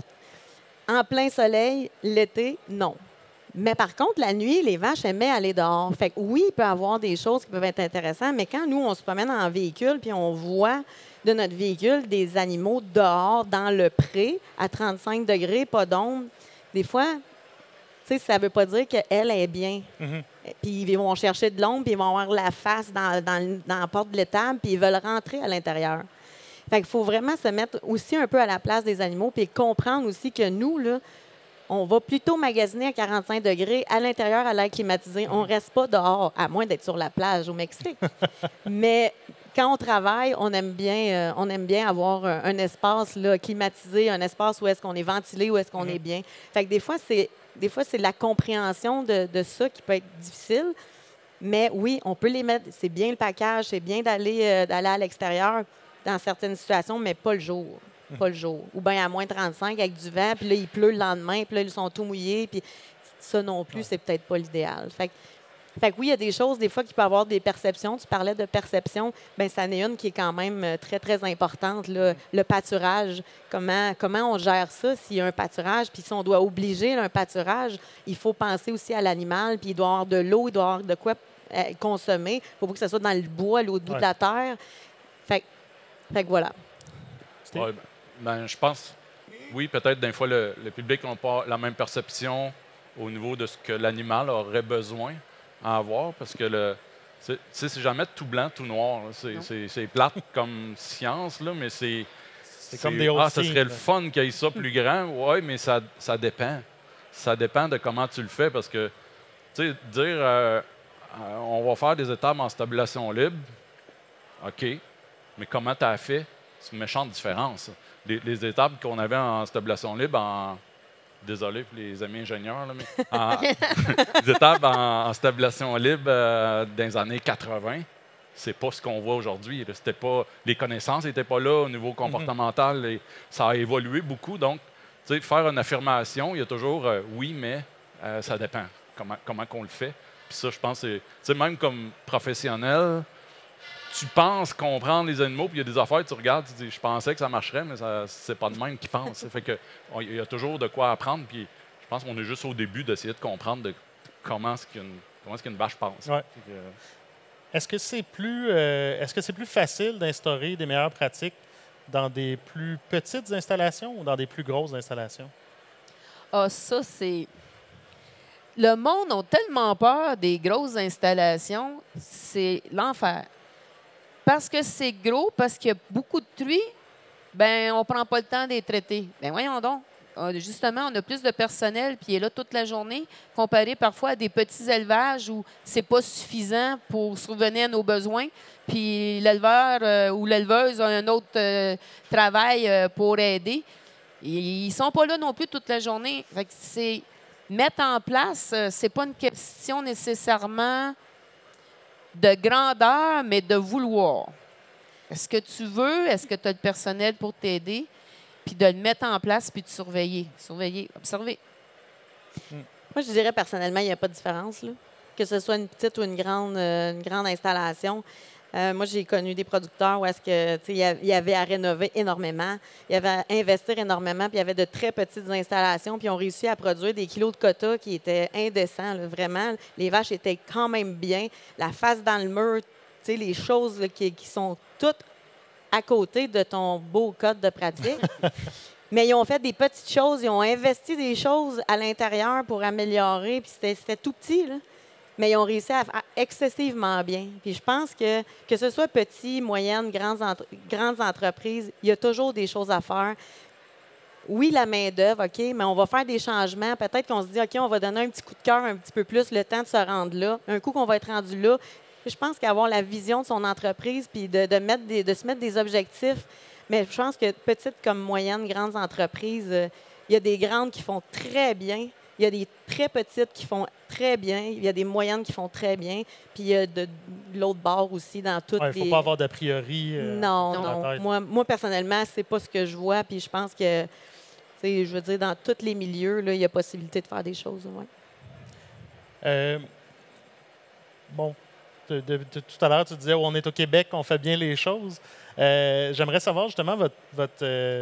En plein soleil, l'été, non. Mais par contre, la nuit, les vaches aimaient aller dehors. Fait que oui, il peut y avoir des choses qui peuvent être intéressantes, mais quand nous, on se promène en véhicule puis on voit de notre véhicule des animaux dehors, dans le pré, à 35 degrés, pas d'ombre, des fois, tu sais, ça ne veut pas dire qu'elle est bien. Puis ils vont chercher de l'ombre, puis ils vont avoir la face dans la porte de l'étable, puis ils veulent rentrer à l'intérieur. Fait qu'il faut vraiment se mettre aussi un peu à la place des animaux, puis comprendre aussi que nous, là, on va plutôt magasiner à 45 degrés à l'intérieur à l'air climatisé. On ne reste pas dehors, à moins d'être sur la plage au Mexique. Mais quand on travaille, on aime bien avoir un espace là, climatisé, un espace où est-ce qu'on est ventilé, où est-ce qu'on est bien. Fait que des fois, c'est la compréhension de ça qui peut être difficile. Mais oui, on peut les mettre. C'est bien le package, c'est bien d'aller à l'extérieur dans certaines situations, mais pas le jour. Pas le jour. Ou bien à moins 35 avec du vent, puis là, il pleut le lendemain, puis là, ils sont tout mouillés, puis ça non plus, c'est peut-être pas l'idéal. Fait que oui, il y a des choses, des fois, qui peuvent avoir des perceptions. Tu parlais de perception. Bien, ça en est une qui est quand même très, très importante, là. Le pâturage. Comment on gère ça s'il y a un pâturage? Puis si on doit obliger un pâturage, il faut penser aussi à l'animal, puis il doit avoir de l'eau, il doit avoir de quoi consommer. Il ne faut pas que ce soit dans le bois, l'autre bout de la terre. Fait que voilà. Ouais, ben, je pense, oui, peut-être des fois, le public n'a pas la même perception au niveau de ce que l'animal aurait besoin à avoir, parce que c'est jamais tout blanc, tout noir. C'est plate comme science, là, mais c'est comme des hauts ça serait le fun qu'il y ait ça plus grand. Oui, mais ça dépend. Ça dépend de comment tu le fais, parce que, tu sais, dire on va faire des étapes en stabulation libre, OK, mais comment tu as fait? C'est une méchante différence. Les étapes qu'on avait en stabulation libre, désolé pour les amis ingénieurs, là, mais les étapes en stabulation libre dans les années 80, c'est pas ce qu'on voit aujourd'hui. C'était pas, les connaissances n'étaient pas là au niveau comportemental. Et ça a évolué beaucoup. Donc, tu sais, faire une affirmation, il y a toujours oui, mais ça dépend comment qu'on le fait. Puis ça, je pense, c'est même comme professionnel. Tu penses comprendre les animaux, puis il y a des affaires, tu regardes, tu dis, je pensais que ça marcherait, mais c'est pas de même qu'ils pensent. Fait que il y a toujours de quoi apprendre, puis je pense qu'on est juste au début d'essayer de comprendre comment est-ce qu'une vache pense. Ouais. Est-ce que c'est plus facile d'instaurer des meilleures pratiques dans des plus petites installations ou dans des plus grosses installations? Ah, ça, c'est... Le monde a tellement peur des grosses installations, c'est l'enfer. Parce que c'est gros, parce qu'il y a beaucoup de truies, ben on ne prend pas le temps de les traiter. Bien, voyons donc. Justement, on a plus de personnel, puis il est là toute la journée, comparé parfois à des petits élevages où c'est pas suffisant pour subvenir à nos besoins. Puis l'éleveur ou l'éleveuse a un autre travail pour aider. Ils ne sont pas là non plus toute la journée. Fait que c'est mettre en place, c'est pas une question nécessairement de grandeur, mais de vouloir. Est-ce que tu veux? Est-ce que tu as le personnel pour t'aider? Puis de le mettre en place, puis de surveiller. Surveiller, observer. Moi, je dirais personnellement, il n'y a pas de différence, là. Que ce soit une petite ou une grande installation. Moi, j'ai connu des producteurs où est-ce que, il y avait à rénover énormément, il y avait à investir énormément, puis il y avait de très petites installations, puis ils ont réussi à produire des kilos de quotas qui étaient indécents, là, vraiment. Les vaches étaient quand même bien. La face dans le mur, les choses là, qui sont toutes à côté de ton beau code de pratique. Mais ils ont fait des petites choses, ils ont investi des choses à l'intérieur pour améliorer, puis c'était tout petit, là. Mais ils ont réussi à faire excessivement bien. Puis je pense que ce soit petit, moyenne, grandes entreprises, il y a toujours des choses à faire. Oui, la main-d'œuvre, OK, mais on va faire des changements. Peut-être qu'on se dit, OK, on va donner un petit coup de cœur un petit peu plus, le temps de se rendre là. Un coup qu'on va être rendu là, je pense qu'avoir la vision de son entreprise puis de se mettre des objectifs. Mais je pense que petites comme moyennes, grandes entreprises, il y a des grandes qui font très bien. Il y a des très petites qui font très bien. Il y a des moyennes qui font très bien. Puis il y a de l'autre bord aussi dans toutes les... Il ne faut pas avoir d'a priori. Non. Moi, personnellement, c'est pas ce que je vois. Puis je pense que Je veux dire, dans tous les milieux, là, il y a possibilité de faire des choses. Ouais. Bon, tout à l'heure, tu disais on est au Québec, on fait bien les choses. J'aimerais savoir justement votre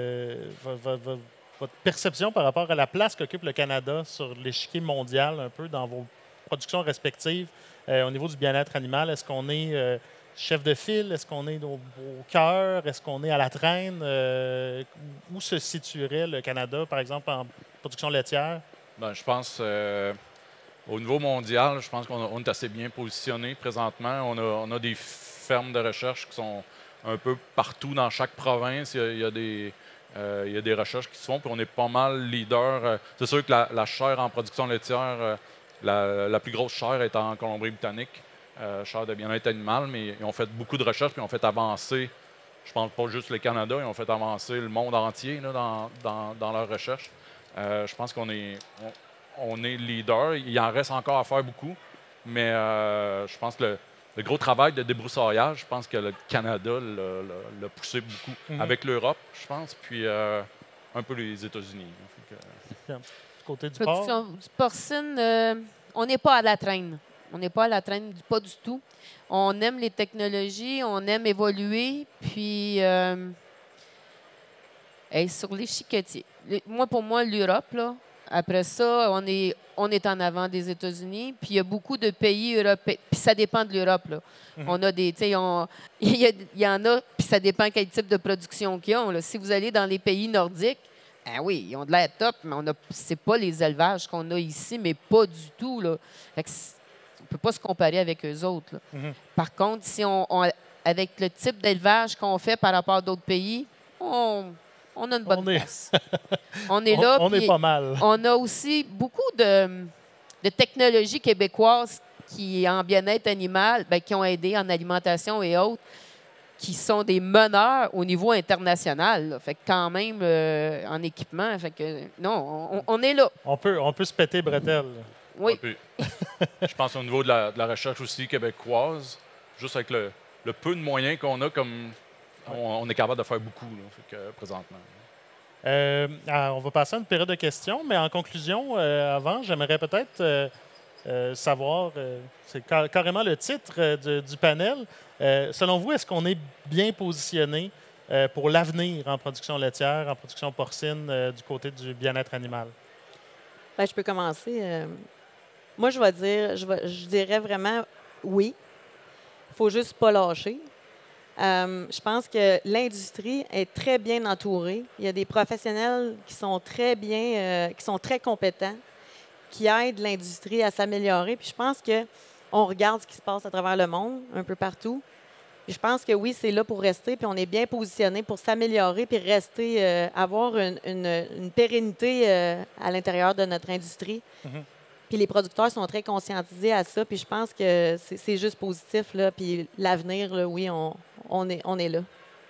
perception par rapport à la place qu'occupe le Canada sur l'échiquier mondial, un peu dans vos productions respectives au niveau du bien-être animal. Est-ce qu'on est chef de file? Est-ce qu'on est au cœur? Est-ce qu'on est à la traîne? Où se situerait le Canada, par exemple, en production laitière? Ben, je pense, au niveau mondial, je pense qu'on est assez bien positionné présentement. On a des fermes de recherche qui sont un peu partout dans chaque province. Il y a des recherches qui se font, puis on est pas mal leader. C'est sûr que la chair en production laitière, la plus grosse chair est en Colombie-Britannique, chair de bien-être animal, mais ils ont fait beaucoup de recherches, puis ils ont fait avancer, je pense pas juste le Canada, ils ont fait avancer le monde entier là, dans leurs recherches. Je pense qu'on est leader. Il en reste encore à faire beaucoup, mais je pense que le gros travail de débroussaillage, je pense que le Canada l'a poussé beaucoup avec l'Europe, je pense, puis un peu les États-Unis. Du côté du porc? Production du porcine, on n'est pas à la traîne. On n'est pas à la traîne, pas du tout. On aime les technologies, on aime évoluer, puis sur l'échiquier. Pour moi, l'Europe, là, après ça, on est en avant des États-Unis, puis il y a beaucoup de pays européens, puis ça dépend de l'Europe, là. On a des, il y en a, puis ça dépend quel type de production qu'ils ont, là. Si vous allez dans les pays nordiques, ah oui, ils ont de l'air top, mais c'est pas les élevages qu'on a ici, mais pas du tout, là. Fait que on ne peut pas se comparer avec eux autres, là. Par contre, si avec le type d'élevage qu'on fait par rapport à d'autres pays, on a une bonne place. On est là. On est pas mal. On a aussi beaucoup de technologies québécoises qui, en bien-être animal, qui ont aidé en alimentation et autres, qui sont des meneurs au niveau international. Là. Fait que quand même, en équipement, fait que non, on est là. On peut se péter bretelles. Oui. Je pense au niveau de la recherche aussi québécoise, juste avec le peu de moyens qu'on a, comme on est capable de faire beaucoup là, fait que, présentement. On va passer à une période de questions, mais en conclusion, avant, j'aimerais peut-être savoir, c'est carrément le titre du panel. Selon vous, est-ce qu'on est bien positionné pour l'avenir en production laitière, en production porcine, du côté du bien-être animal? Bien, je peux commencer. Moi, je dirais vraiment oui. Il ne faut juste pas lâcher. Je pense que l'industrie est très bien entourée. Il y a des professionnels qui sont très bien, qui sont très compétents, qui aident l'industrie à s'améliorer. Puis je pense qu'on regarde ce qui se passe à travers le monde, un peu partout. Puis je pense que oui, c'est là pour rester, puis on est bien positionné pour s'améliorer, puis rester, avoir une pérennité à l'intérieur de notre industrie. Puis les producteurs sont très conscientisés à ça, puis je pense que c'est juste positif, là. Puis l'avenir, là, oui, on est là.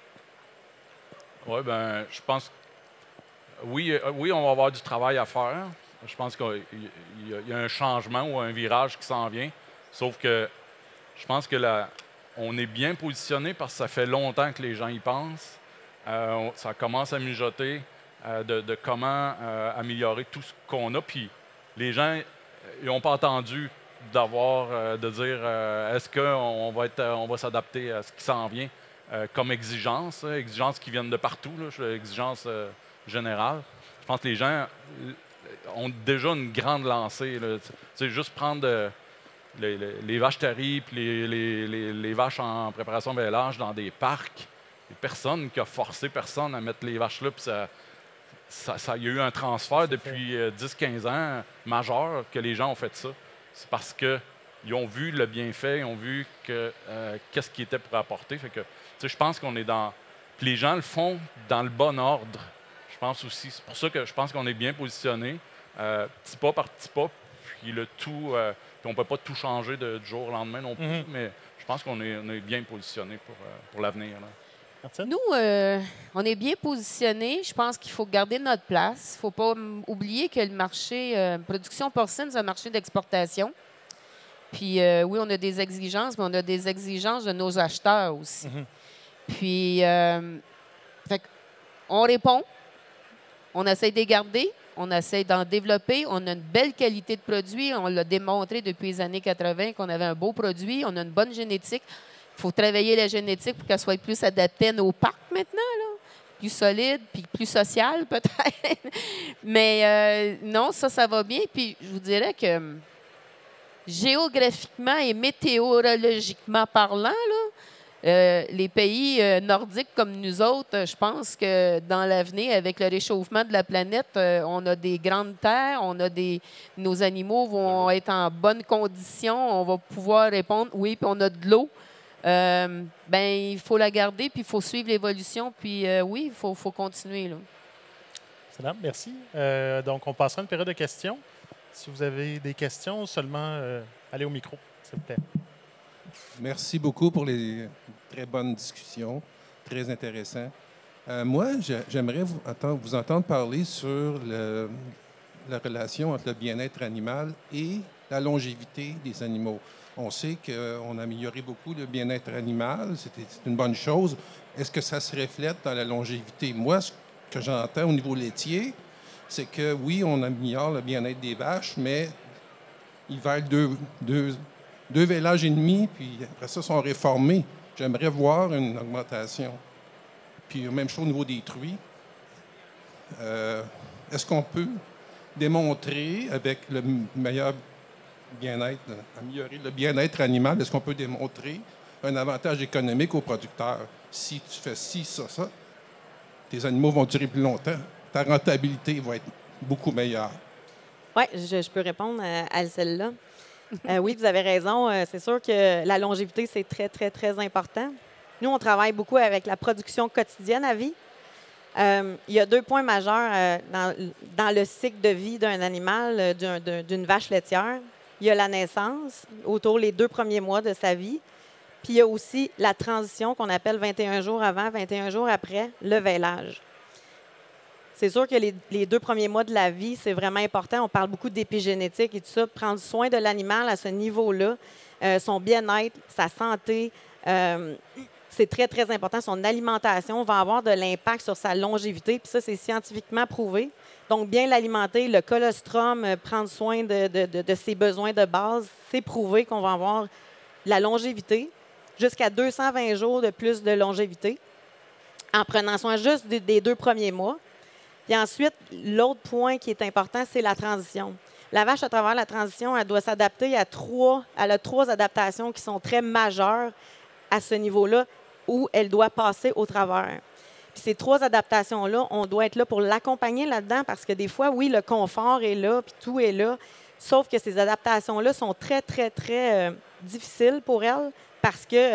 Oui, ben, je pense oui, on va avoir du travail à faire. Je pense qu'il y a un changement ou un virage qui s'en vient. Sauf que je pense que on est bien positionné parce que ça fait longtemps que les gens y pensent. Ça commence à mijoter de comment améliorer tout ce qu'on a. Puis les gens ils n'ont pas entendu de dire est-ce qu'on va s'adapter à ce qui s'en vient comme exigence, exigences qui viennent de partout, exigence générale. Je pense que les gens ont déjà une grande lancée. C'est juste prendre les vaches taries puis les vaches en préparation d'élevage dans des parcs. Il n'y a personne qui a forcé personne à mettre les vaches là. Puis il y a eu un transfert depuis 10-15 ans majeur que les gens ont fait ça. C'est parce qu'ils ont vu le bienfait, ils ont vu qu'est-ce qui était pour apporter. Fait que, je pense qu'on est dans... Puis les gens le font dans le bon ordre. Je pense aussi. C'est pour ça que je pense qu'on est bien positionné, petit pas par petit pas, puis le tout... puis on ne peut pas tout changer du jour au lendemain non plus, mais je pense qu'on est bien positionné pour l'avenir. Là. Nous, on est bien positionnés. Je pense qu'il faut garder notre place. Il ne faut pas oublier que le marché production porcine, c'est un marché d'exportation. Puis oui, on a des exigences, mais on a des exigences de nos acheteurs aussi. Puis, on répond. On essaie de les garder, on essaie d'en développer. On a une belle qualité de produit. On l'a démontré depuis les années 80 qu'on avait un beau produit. On a une bonne génétique. Il faut travailler la génétique pour qu'elle soit plus adaptée à nos parcs maintenant, là. Plus solide, puis plus social peut-être. Mais non, ça va bien. Puis je vous dirais que géographiquement et météorologiquement parlant, là, les pays nordiques comme nous autres, je pense que dans l'avenir, avec le réchauffement de la planète, on a des grandes terres, nos animaux vont être en bonne condition, on va pouvoir répondre, oui, puis on a de l'eau. Il faut la garder, puis il faut suivre l'évolution, puis oui, il faut continuer. Là. Excellent, merci. Donc, on passera une période de questions. Si vous avez des questions, seulement allez au micro, s'il vous plaît. Merci beaucoup pour les très bonnes discussions, très intéressant. Moi, j'aimerais vous entendre parler sur la relation entre le bien-être animal et la longévité des animaux. On sait qu'on a amélioré beaucoup le bien-être animal, c'est une bonne chose. Est-ce que ça se reflète dans la longévité? Moi, ce que j'entends au niveau laitier, c'est que oui, on améliore le bien-être des vaches, mais ils valent deux vélages et demi, puis après ça, sont réformés. J'aimerais voir une augmentation. Puis même chose au niveau des truies. Est-ce qu'on peut démontrer avec le meilleur bien-être, améliorer le bien-être animal, est-ce qu'on peut démontrer un avantage économique aux producteurs? Si tu fais ci, ça, tes animaux vont durer plus longtemps. Ta rentabilité va être beaucoup meilleure. Oui, je peux répondre à celle-là. Oui, vous avez raison. C'est sûr que la longévité, c'est très, très, très important. Nous, on travaille beaucoup avec la production quotidienne à vie. Il y a 2 points majeurs dans le cycle de vie d'un animal, d'une vache laitière. Il y a la naissance, autour des 2 premiers mois de sa vie. Puis il y a aussi la transition qu'on appelle 21 jours avant, 21 jours après, le vêlage. C'est sûr que les 2 premiers mois de la vie, c'est vraiment important. On parle beaucoup d'épigénétique et tout ça. Prendre soin de l'animal à ce niveau-là, son bien-être, sa santé, c'est très, très important. Son alimentation va avoir de l'impact sur sa longévité. Puis ça, c'est scientifiquement prouvé. Donc, bien l'alimenter, le colostrum, prendre soin de ses besoins de base, c'est prouvé qu'on va avoir la longévité, jusqu'à 220 jours de plus de longévité, en prenant soin juste des 2 premiers mois. Puis ensuite, l'autre point qui est important, c'est la transition. La vache, à travers la transition, elle doit s'adapter elle a 3 adaptations qui sont très majeures à ce niveau-là, où elle doit passer au travers. Puis ces 3 adaptations-là, on doit être là pour l'accompagner là-dedans parce que des fois, oui, le confort est là, puis tout est là, sauf que ces adaptations-là sont très, très, très difficiles pour elle parce que,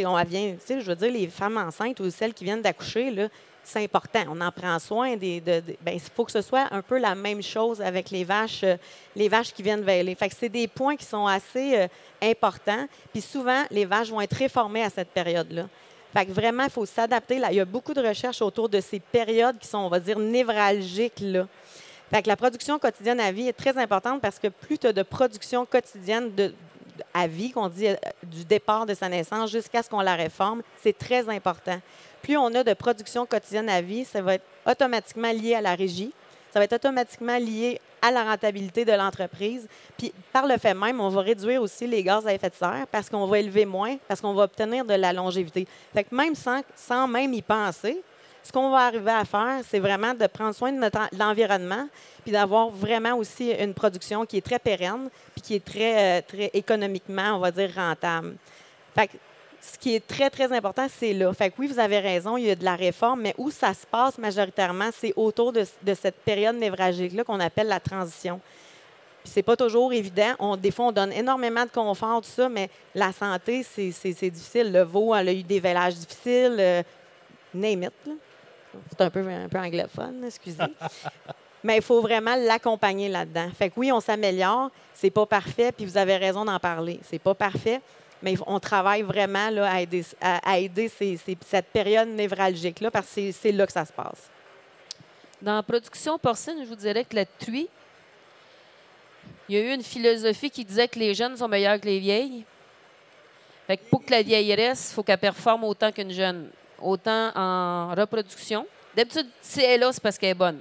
je veux dire, les femmes enceintes ou celles qui viennent d'accoucher, là, c'est important. On en prend soin. Il faut que ce soit un peu la même chose avec les vaches qui viennent vêler. Fait que c'est des points qui sont assez importants. Puis souvent, les vaches vont être réformées à cette période-là. Fait que vraiment, il faut s'adapter. Là, il y a beaucoup de recherches autour de ces périodes qui sont, on va dire, névralgiques, là. Fait que la production quotidienne à vie est très importante parce que plus tu as de production quotidienne à vie, qu'on dit du départ de sa naissance jusqu'à ce qu'on la réforme, c'est très important. Plus on a de production quotidienne à vie, ça va être automatiquement lié à la régie, ça va être automatiquement lié à la rentabilité de l'entreprise. Puis par le fait même, on va réduire aussi les gaz à effet de serre parce qu'on va élever moins, parce qu'on va obtenir de la longévité. Fait que même sans même y penser, ce qu'on va arriver à faire, c'est vraiment de prendre soin de l'environnement puis d'avoir vraiment aussi une production qui est très pérenne puis qui est très, très économiquement, on va dire, rentable. Fait que ce qui est très, très important, c'est là. Fait que oui, vous avez raison, il y a de la réforme, mais où ça se passe majoritairement, c'est autour de cette période névralgique-là qu'on appelle la transition. Puis c'est pas toujours évident. Des fois, on donne énormément de confort, tout ça, mais la santé, c'est difficile. Le veau, elle a eu des vélages difficiles, name it, là. C'est un peu anglophone, excusez. Mais il faut vraiment l'accompagner là-dedans. Fait que oui, on s'améliore, c'est pas parfait, puis vous avez raison d'en parler. C'est pas parfait, mais on travaille vraiment là, à aider cette période névralgique-là, parce que c'est là que ça se passe. Dans la production porcine, je vous dirais que la truie, il y a eu une philosophie qui disait que les jeunes sont meilleurs que les vieilles. Fait que pour que la vieille reste, il faut qu'elle performe autant qu'une jeune, autant en reproduction. D'habitude, si elle est là, c'est parce qu'elle est bonne.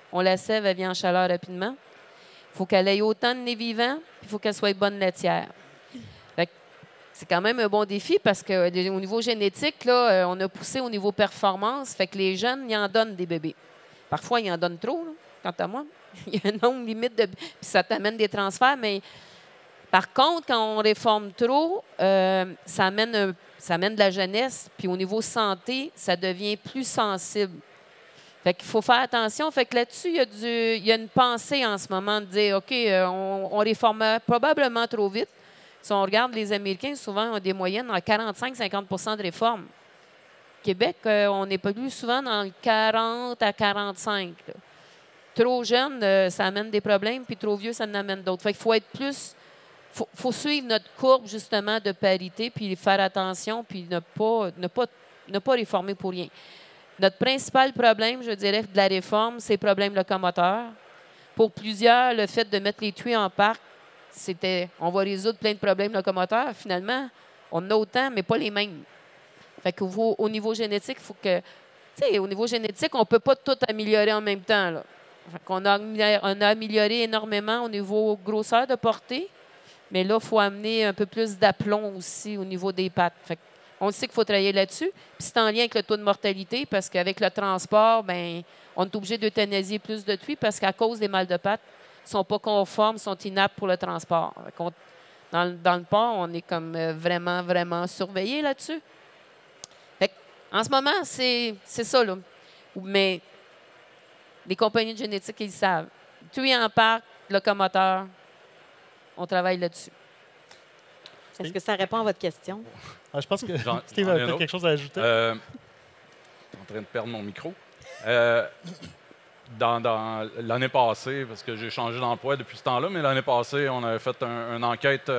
On la sève, elle vient en chaleur rapidement. Il faut qu'elle ait autant de nez vivant, puis il faut qu'elle soit bonne laitière. Fait que c'est quand même un bon défi parce qu'au niveau génétique, là, on a poussé au niveau performance. Fait que les jeunes, ils en donnent des bébés. Parfois, ils en donnent trop, là, quant à moi. Il y a un nombre limite de... Puis ça t'amène des transferts, mais par contre, quand on réforme trop, ça amène de la jeunesse. Puis au niveau santé, ça devient plus sensible. Fait qu'il faut faire attention. Fait que là-dessus, il y a une pensée en ce moment de dire, OK, on réforme probablement trop vite. Si on regarde les Américains, souvent, ont des moyennes à 45-50 de réforme. Québec, on n'est pas plus souvent dans le 40 à 45. Là. Trop jeune, ça amène des problèmes, puis trop vieux, ça en amène d'autres. Fait qu'il faut être plus... faut suivre notre courbe, justement, de parité, puis faire attention, puis ne pas réformer pour rien. Notre principal problème, je dirais, de la réforme, c'est le problème locomoteur. Pour plusieurs, le fait de mettre les truies en parc, on va résoudre plein de problèmes locomoteurs. Finalement, on en a autant, mais pas les mêmes. Fait qu'au niveau génétique, il faut que... Tu sais, au niveau génétique, on ne peut pas tout améliorer en même temps, là. Fait qu'on on a amélioré énormément au niveau grosseur de portée, mais là, il faut amener un peu plus d'aplomb aussi au niveau des pattes. Fait on sait qu'il faut travailler là-dessus. Puis c'est en lien avec le taux de mortalité, parce qu'avec le transport, ben, on est obligé d'euthanasier plus de truies parce qu'à cause des mal de pattes, ils ne sont pas conformes, sont inaptes pour le transport. Dans le port, on est comme vraiment, vraiment surveillé là-dessus. En ce moment, c'est ça, là. Mais les compagnies de génétique, ils le savent. Truies en parc, locomoteur, on travaille là-dessus. Est-ce que ça répond à votre question? Je pense que Steve a peut-être quelque chose à ajouter. Je suis en train de perdre mon micro. Dans l'année passée, parce que j'ai changé d'emploi depuis ce temps-là, mais l'année passée, on avait fait une enquête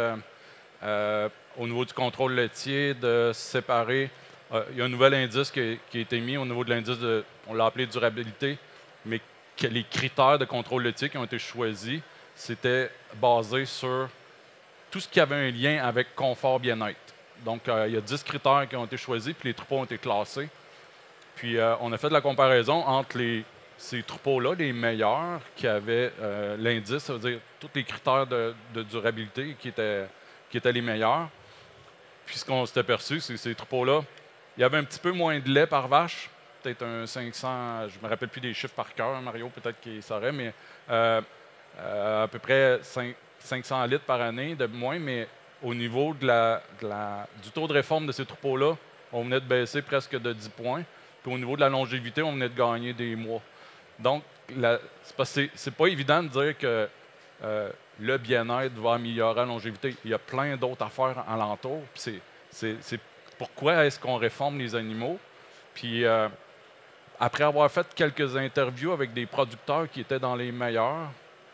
au niveau du contrôle laitier de séparer. Il y a un nouvel indice qui a été mis au niveau de l'indice on l'a appelé durabilité, mais que les critères de contrôle laitier qui ont été choisis, c'était basé sur tout ce qui avait un lien avec confort bien-être. Donc, il y a 10 critères qui ont été choisis, puis les troupeaux ont été classés. Puis, on a fait de la comparaison entre ces troupeaux-là, les meilleurs, qui avaient l'indice, ça veut dire tous les critères de durabilité qui étaient les meilleurs. Puis, ce qu'on s'est aperçu, c'est que ces troupeaux-là, il y avait un petit peu moins de lait par vache, peut-être un 500, je ne me rappelle plus des chiffres par cœur, Mario, peut-être qu'il saurait, mais à peu près 500 litres par année de moins, mais au niveau du taux de réforme de ces troupeaux-là, on venait de baisser presque de 10 points. Puis au niveau de la longévité, on venait de gagner des mois. Donc, c'est pas évident de dire que le bien-être va améliorer la longévité. Il y a plein d'autres affaires alentour. Puis c'est pourquoi est-ce qu'on réforme les animaux. Puis après avoir fait quelques interviews avec des producteurs qui étaient dans les meilleurs,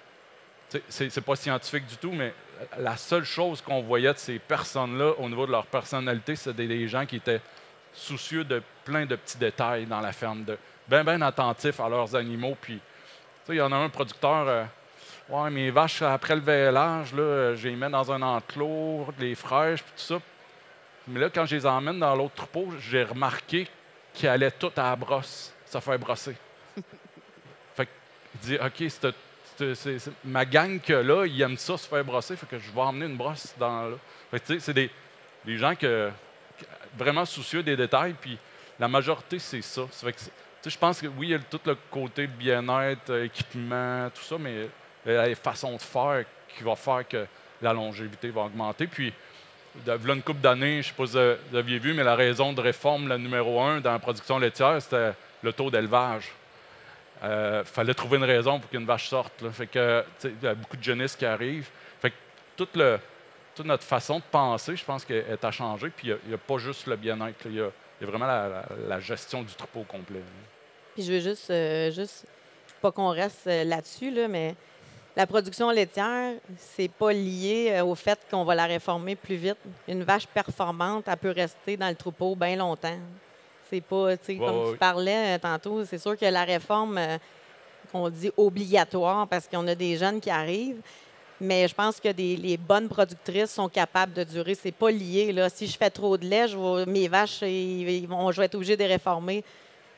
c'est pas scientifique du tout, mais la seule chose qu'on voyait de ces personnes-là au niveau de leur personnalité, c'était des gens qui étaient soucieux de plein de petits détails dans la ferme, bien attentifs à leurs animaux. Puis, il y en a un producteur, ouais, mes vaches, après le vêlage, là, je les mets dans un enclos, les fraîches, puis tout ça. Mais là, quand je les emmène dans l'autre troupeau, j'ai remarqué qu'ils allaient tout à la brosse, se faire brosser. Fait qu'il dit, OK, c'est ma gang que là, ils aiment ça se faire brosser, fait que je vais emmener une brosse dans là. Fait que, c'est des gens vraiment soucieux des détails, puis la majorité, c'est ça. Ça fait que, je pense que oui, il y a tout le côté bien-être, équipement, tout ça, mais il y a les façons de faire qui vont faire que la longévité va augmenter. Puis, il y a une couple d'années, je ne sais pas si vous aviez vu, mais la raison de réforme, la numéro 1 dans la production laitière, c'était le taux d'élevage. Il fallait trouver une raison pour qu'une vache sorte. Là. Fait que, il y a beaucoup de jeunesses qui arrivent. Fait que toute notre façon de penser, je pense qu'elle est à changer. Puis il n'y a pas juste le bien-être. Il y a vraiment la gestion du troupeau complet. Puis je veux juste pas qu'on reste là-dessus, là, mais la production laitière, c'est pas lié au fait qu'on va la réformer plus vite. Une vache performante, elle peut rester dans le troupeau bien longtemps. C'est pas, comme tu parlais tantôt, c'est sûr que la réforme, qu'on dit obligatoire parce qu'on a des jeunes qui arrivent, mais je pense que les bonnes productrices sont capables de durer. C'est pas lié. Là. Si je fais trop de lait, mes vaches, je vais être obligée de les réformer.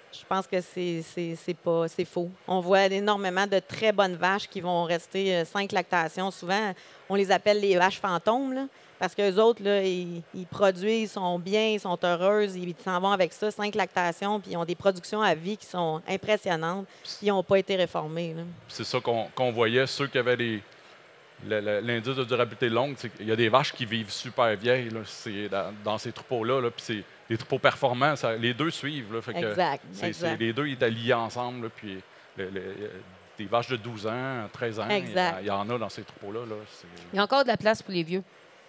Je pense que c'est faux. On voit énormément de très bonnes vaches qui vont rester 5 lactations. Souvent, on les appelle les vaches fantômes, là, parce qu'eux autres, là, ils produisent, ils sont bien, ils sont heureuses, ils s'en vont avec ça, 5 lactations, puis ils ont des productions à vie qui sont impressionnantes, puis ils n'ont pas été réformés. Là. C'est ça qu'on voyait, ceux qui avaient l'indice de durabilité longue. Il y a des vaches qui vivent super vieilles dans ces troupeaux-là, là, puis c'est des troupeaux performants. Les deux suivent. Là, fait exact. Les deux ils étaient liés ensemble. Là, puis des vaches de 12 ans, 13 ans, il y en a dans ces troupeaux-là. Là, il y a encore de la place pour les vieux.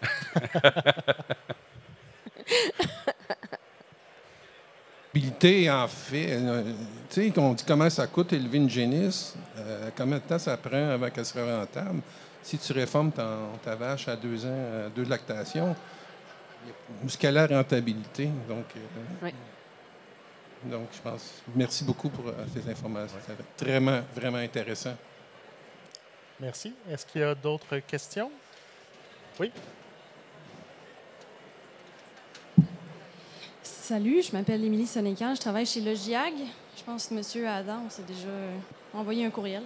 En fait, tu sais, on dit comment ça coûte élever une génisse, combien de temps ça prend avant qu'elle soit rentable. Si tu réformes ta vache à 2 ans, 2 lactations, jusqu'à la rentabilité. Donc, oui. Donc, je pense. Merci beaucoup pour ces informations. C'est vraiment, vraiment intéressant. Merci. Est-ce qu'il y a d'autres questions? Oui. Salut, je m'appelle Émilie Sonécan, je travaille chez Logiag. Je pense que M. Adam s'est déjà envoyé un courriel.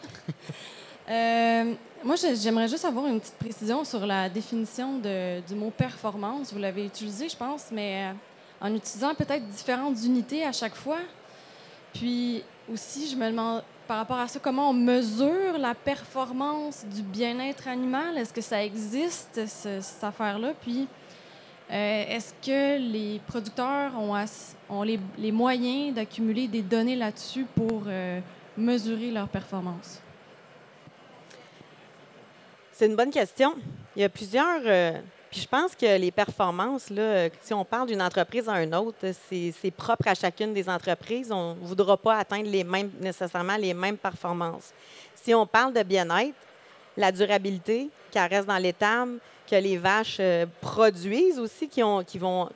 Moi, j'aimerais juste avoir une petite précision sur la définition du mot performance. Vous l'avez utilisé, je pense, mais en utilisant peut-être différentes unités à chaque fois. Puis aussi, je me demande, par rapport à ça, comment on mesure la performance du bien-être animal? Est-ce que ça existe, cette affaire-là? Puis, est-ce que les producteurs ont les moyens d'accumuler des données là-dessus pour mesurer leur performance? C'est une bonne question. Il y a plusieurs... puis je pense que les performances, là, si on parle d'une entreprise à une autre, c'est propre à chacune des entreprises. On ne voudra pas atteindre nécessairement les mêmes performances. Si on parle de bien-être, la durabilité, qu'elle reste dans l'étable, que les vaches produisent aussi, qui vont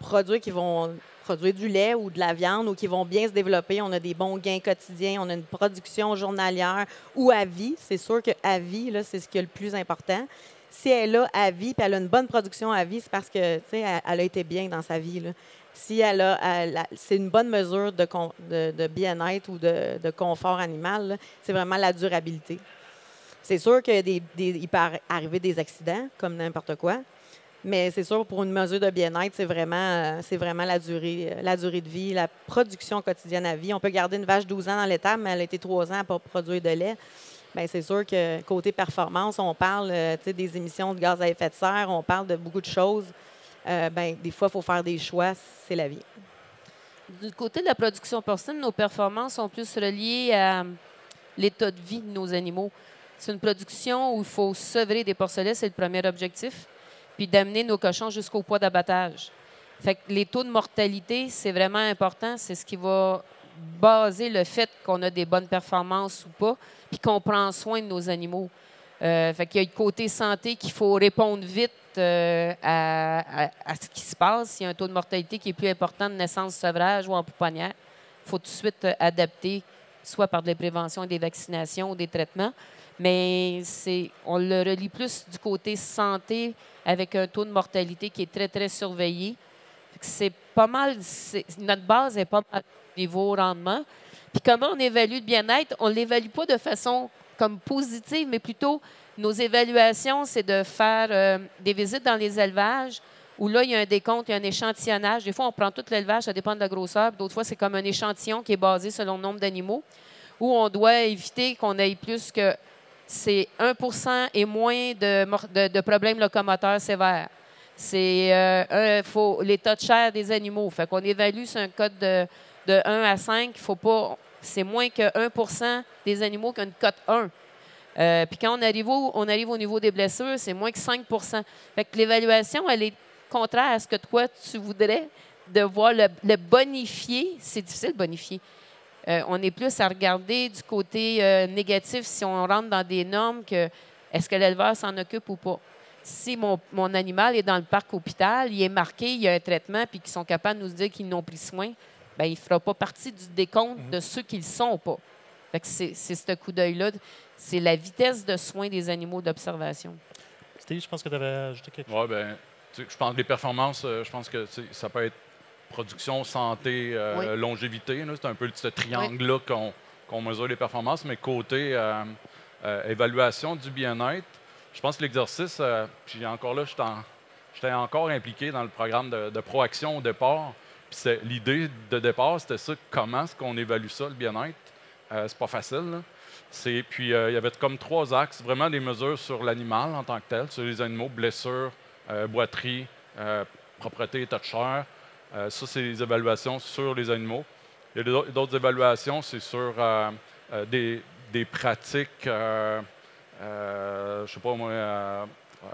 produire du lait ou de la viande ou qui vont bien se développer. On a des bons gains quotidiens, on a une production journalière ou à vie. C'est sûr qu'à vie, là, c'est ce qui est le plus important. Si elle est là à vie puis elle a une bonne production à vie, c'est parce que elle a été bien dans sa vie. Là. Si c'est une bonne mesure de bien-être ou de confort animal, là, c'est vraiment la durabilité. C'est sûr qu'il peut arriver des accidents, comme n'importe quoi, mais c'est sûr pour une mesure de bien-être, c'est vraiment la durée de vie, la production quotidienne à vie. On peut garder une vache 12 ans dans l'étable, mais elle a été 3 ans à ne pas produire de lait. Bien, c'est sûr que côté performance, on parle des émissions de gaz à effet de serre, on parle de beaucoup de choses. Des fois, il faut faire des choix, c'est la vie. Du côté de la production porcine, nos performances sont plus reliées à l'état de vie de nos animaux. C'est une production où il faut sevrer des porcelets, c'est le premier objectif, puis d'amener nos cochons jusqu'au poids d'abattage. Fait que les taux de mortalité, c'est vraiment important. C'est ce qui va baser le fait qu'on a des bonnes performances ou pas, puis qu'on prend soin de nos animaux. Fait qu'il y a le côté santé qu'il faut répondre vite à ce qui se passe. S'il y a un taux de mortalité qui est plus important de naissance, sevrage ou en pouponnière, il faut tout de suite adapter, soit par des préventions, des vaccinations ou des traitements. Mais on le relie plus du côté santé avec un taux de mortalité qui est très, très surveillé. C'est pas mal, notre base est pas mal au niveau rendement. Puis comment on évalue le bien-être? On ne l'évalue pas de façon comme positive, mais plutôt nos évaluations, c'est de faire des visites dans les élevages où là, il y a un décompte, il y a un échantillonnage. Des fois, on prend tout l'élevage, ça dépend de la grosseur. D'autres fois, c'est comme un échantillon qui est basé selon le nombre d'animaux où on doit éviter qu'on ait plus que c'est 1 % et moins de problèmes locomoteurs sévères. C'est l'état de chair des animaux. Fait qu'on évalue sur un code de 1 à 5. C'est moins que 1 % des animaux qui ont une cote 1. Puis quand on arrive au niveau des blessures, c'est moins que 5 %. Fait que l'évaluation, elle est contraire à ce que toi, tu voudrais, de voir le bonifier. C'est difficile de bonifier. On est plus à regarder du côté négatif si on rentre dans des normes que est-ce que l'éleveur s'en occupe ou pas. Si mon animal est dans le parc hôpital, il est marqué, il y a un traitement, puis qu'ils sont capables de nous dire qu'ils n'ont pris soin, bien, il ne fera pas partie du décompte de ceux qui ne le sont pas. Fait que c'est ce coup d'œil-là. C'est la vitesse de soin des animaux d'observation. Steve, je pense que tu avais ajouté quelque chose. Oui, bien, je pense que les performances, je pense que ça peut être production, santé, longévité. C'est un peu ce triangle-là qu'on mesure les performances. Mais côté évaluation du bien-être, je pense que l'exercice, puis encore là, j'étais encore impliqué dans le programme de ProAction au départ. Puis l'idée de départ, c'était ça, comment est-ce qu'on évalue ça, le bien-être? C'est pas facile, là. Puis il y avait comme 3 axes, vraiment des mesures sur l'animal en tant que tel, sur les animaux, blessures, boiterie, propreté, état de chair. Ça, c'est les évaluations sur les animaux. Il y a d'autres évaluations, c'est sur des pratiques, je sais pas moi,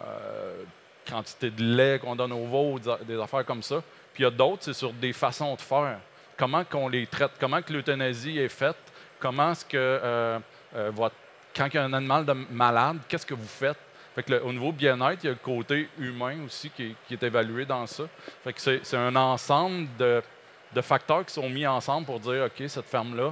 quantité de lait qu'on donne aux veaux, des affaires comme ça. Puis il y a d'autres, c'est sur des façons de faire. Comment qu'on les traite, comment que l'euthanasie est faite, comment est-ce que quand il y a un animal malade, qu'est-ce que vous faites? Fait que au niveau bien-être, il y a le côté humain aussi qui est évalué dans ça. Fait que c'est un ensemble de facteurs qui sont mis ensemble pour dire, OK, cette ferme-là,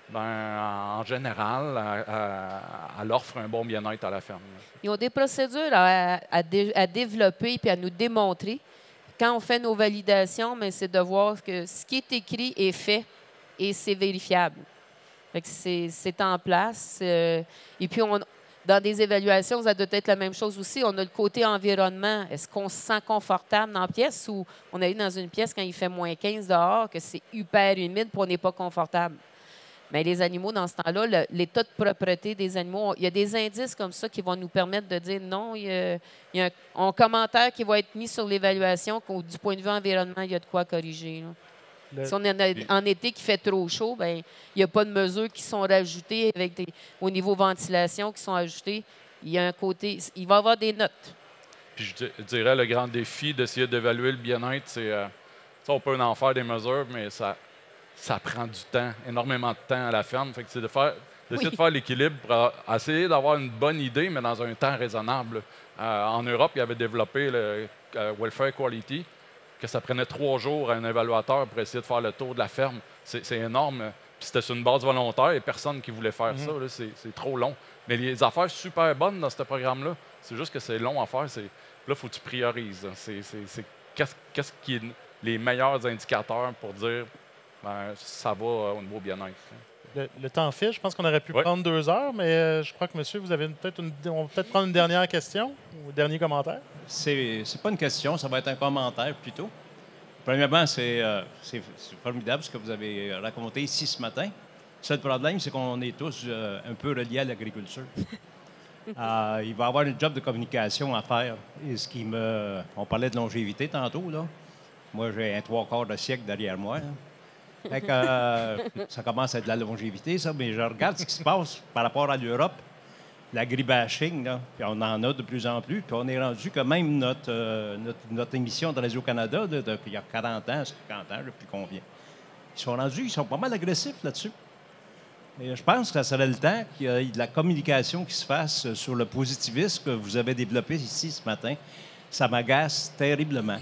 en général, elle offre un bon bien-être à la ferme. Ils ont des procédures à développer et à nous démontrer. Quand on fait nos validations, mais c'est de voir que ce qui est écrit est fait et c'est vérifiable. Fait que c'est en place. Et puis, dans des évaluations, ça doit être la même chose aussi. On a le côté environnement. Est-ce qu'on se sent confortable dans la pièce ou on est dans une pièce quand il fait moins 15 dehors, que c'est hyper humide et on n'est pas confortable? Mais les animaux, dans ce temps-là, l'état de propreté des animaux, il y a des indices comme ça qui vont nous permettre de dire non, il y a un commentaire qui va être mis sur l'évaluation qu'au du point de vue environnement, il y a de quoi corriger. Si on est en été qui fait trop chaud, ben il n'y a pas de mesures qui sont rajoutées au niveau ventilation qui sont ajoutées. Il y a un côté, il va y avoir des notes. Puis je dirais le grand défi d'essayer d'évaluer le bien-être, c'est ça, on peut en faire des mesures, mais ça prend du temps, énormément de temps à la ferme. Fait que c'est d'essayer de faire l'équilibre pour essayer d'avoir une bonne idée, mais dans un temps raisonnable. En Europe, ils avaient développé le Welfare Quality, que ça prenait 3 jours à un évaluateur pour essayer de faire le tour de la ferme. C'est énorme. Puis c'était sur une base volontaire et personne qui voulait faire ça. C'est trop long. Mais les affaires super bonnes dans ce programme-là, c'est juste que c'est long à faire. Là, il faut que tu priorises. Qu'est-ce qui est les meilleurs indicateurs pour dire ça va au niveau bien-être. Le temps file. Je pense qu'on aurait pu prendre 2 heures, mais je crois que, monsieur, vous avez on va peut-être prendre une dernière question ou dernier commentaire. C'est pas une question, ça va être un commentaire plutôt. Premièrement, c'est formidable ce que vous avez raconté ici ce matin. Le seul problème, c'est qu'on est tous un peu reliés à l'agriculture. Il va y avoir un job de communication à faire. Et on parlait de longévité tantôt, là. Moi, j'ai un 3/4 de siècle derrière moi. Là. Fait que, ça commence à être de la longévité, ça, mais je regarde ce qui se passe par rapport à l'Europe, l'agribashing, là, puis on en a de plus en plus, puis on est rendu que même notre émission de Radio-Canada, il y a 40 ans, 50 ans, je ne sais plus combien, ils sont pas mal agressifs là-dessus. Et je pense que ça serait le temps qu'il y ait de la communication qui se fasse sur le positivisme que vous avez développé ici ce matin. Ça m'agace terriblement.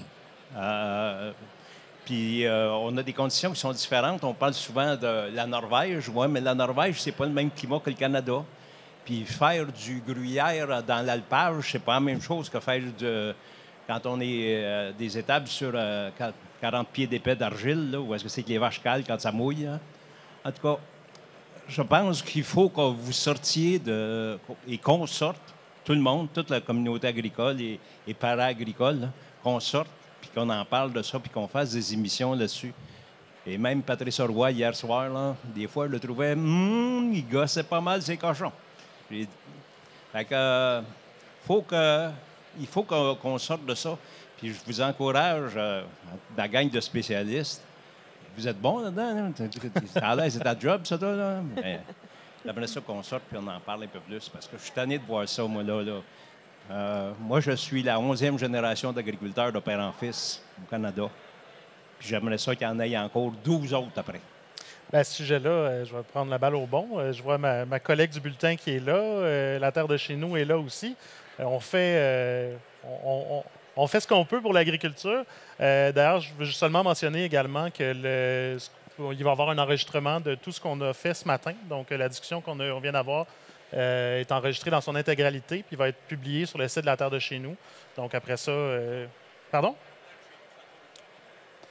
Puis on a des conditions qui sont différentes. On parle souvent de la Norvège. Oui, mais la Norvège, c'est pas le même climat que le Canada. Puis faire du gruyère dans l'alpage, c'est pas la même chose que faire quand on est des étables sur 40 pieds d'épais d'argile, là, ou est-ce que c'est que les vaches calent quand ça mouille. Hein? En tout cas, je pense qu'il faut que vous sortiez et qu'on sorte, tout le monde, toute la communauté agricole et para-agricole, qu'on sorte, puis qu'on en parle de ça, puis qu'on fasse des émissions là-dessus. Et même Patrice Roy, hier soir, là, des fois, je le trouvais, il gossait pas mal ses cochons. Fait que, il faut qu'on sorte de ça. Puis je vous encourage, la gang de spécialistes, vous êtes bons là-dedans, hein? C'est ta job, ça, toi, là? Mais j'aimerais ça qu'on sorte puis on en parle un peu plus, parce que je suis tanné de voir ça, moi, là. Moi, je suis la 11e génération d'agriculteurs de père en fils au Canada. Puis j'aimerais ça qu'il y en ait encore 12 autres après. À ce sujet-là, je vais prendre la balle au bon. Je vois ma collègue du bulletin qui est là. La terre de chez nous est là aussi. On fait ce qu'on peut pour l'agriculture. D'ailleurs, je veux seulement mentionner également qu'il va y avoir un enregistrement de tout ce qu'on a fait ce matin. Donc, la discussion qu'on vient d'avoir est enregistrée dans son intégralité, puis va être publiée sur le site de la terre de chez nous. Donc, après ça... Pardon?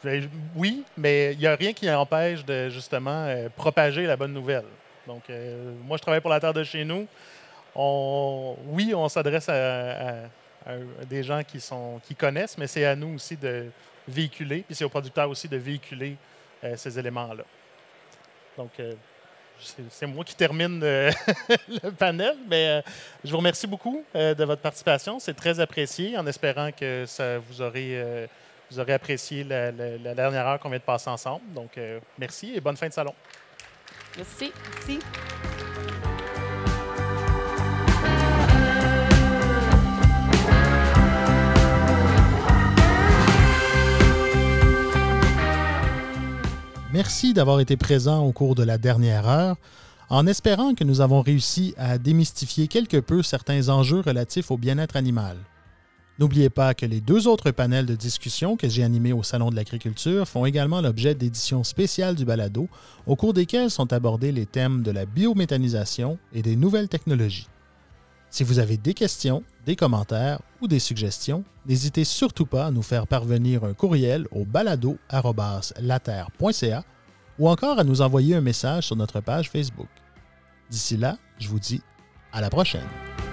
Oui, mais il n'y a rien qui empêche de, justement, propager la bonne nouvelle. Donc, moi, je travaille pour la Terre de chez nous. On s'adresse à des gens qui connaissent, mais c'est à nous aussi de véhiculer, puis c'est aux producteurs aussi de véhiculer ces éléments-là. Donc, c'est moi qui termine le panel, mais je vous remercie beaucoup de votre participation. C'est très apprécié, en espérant que vous aurez apprécié la dernière heure qu'on vient de passer ensemble. Donc, merci et bonne fin de salon. Merci. Merci. Merci d'avoir été présent au cours de la dernière heure, en espérant que nous avons réussi à démystifier quelque peu certains enjeux relatifs au bien-être animal. N'oubliez pas que les 2 autres panels de discussion que j'ai animés au Salon de l'agriculture font également l'objet d'éditions spéciales du balado, au cours desquelles sont abordés les thèmes de la biométhanisation et des nouvelles technologies. Si vous avez des questions, des commentaires ou des suggestions, n'hésitez surtout pas à nous faire parvenir un courriel au balado@laterre.ca ou encore à nous envoyer un message sur notre page Facebook. D'ici là, je vous dis à la prochaine.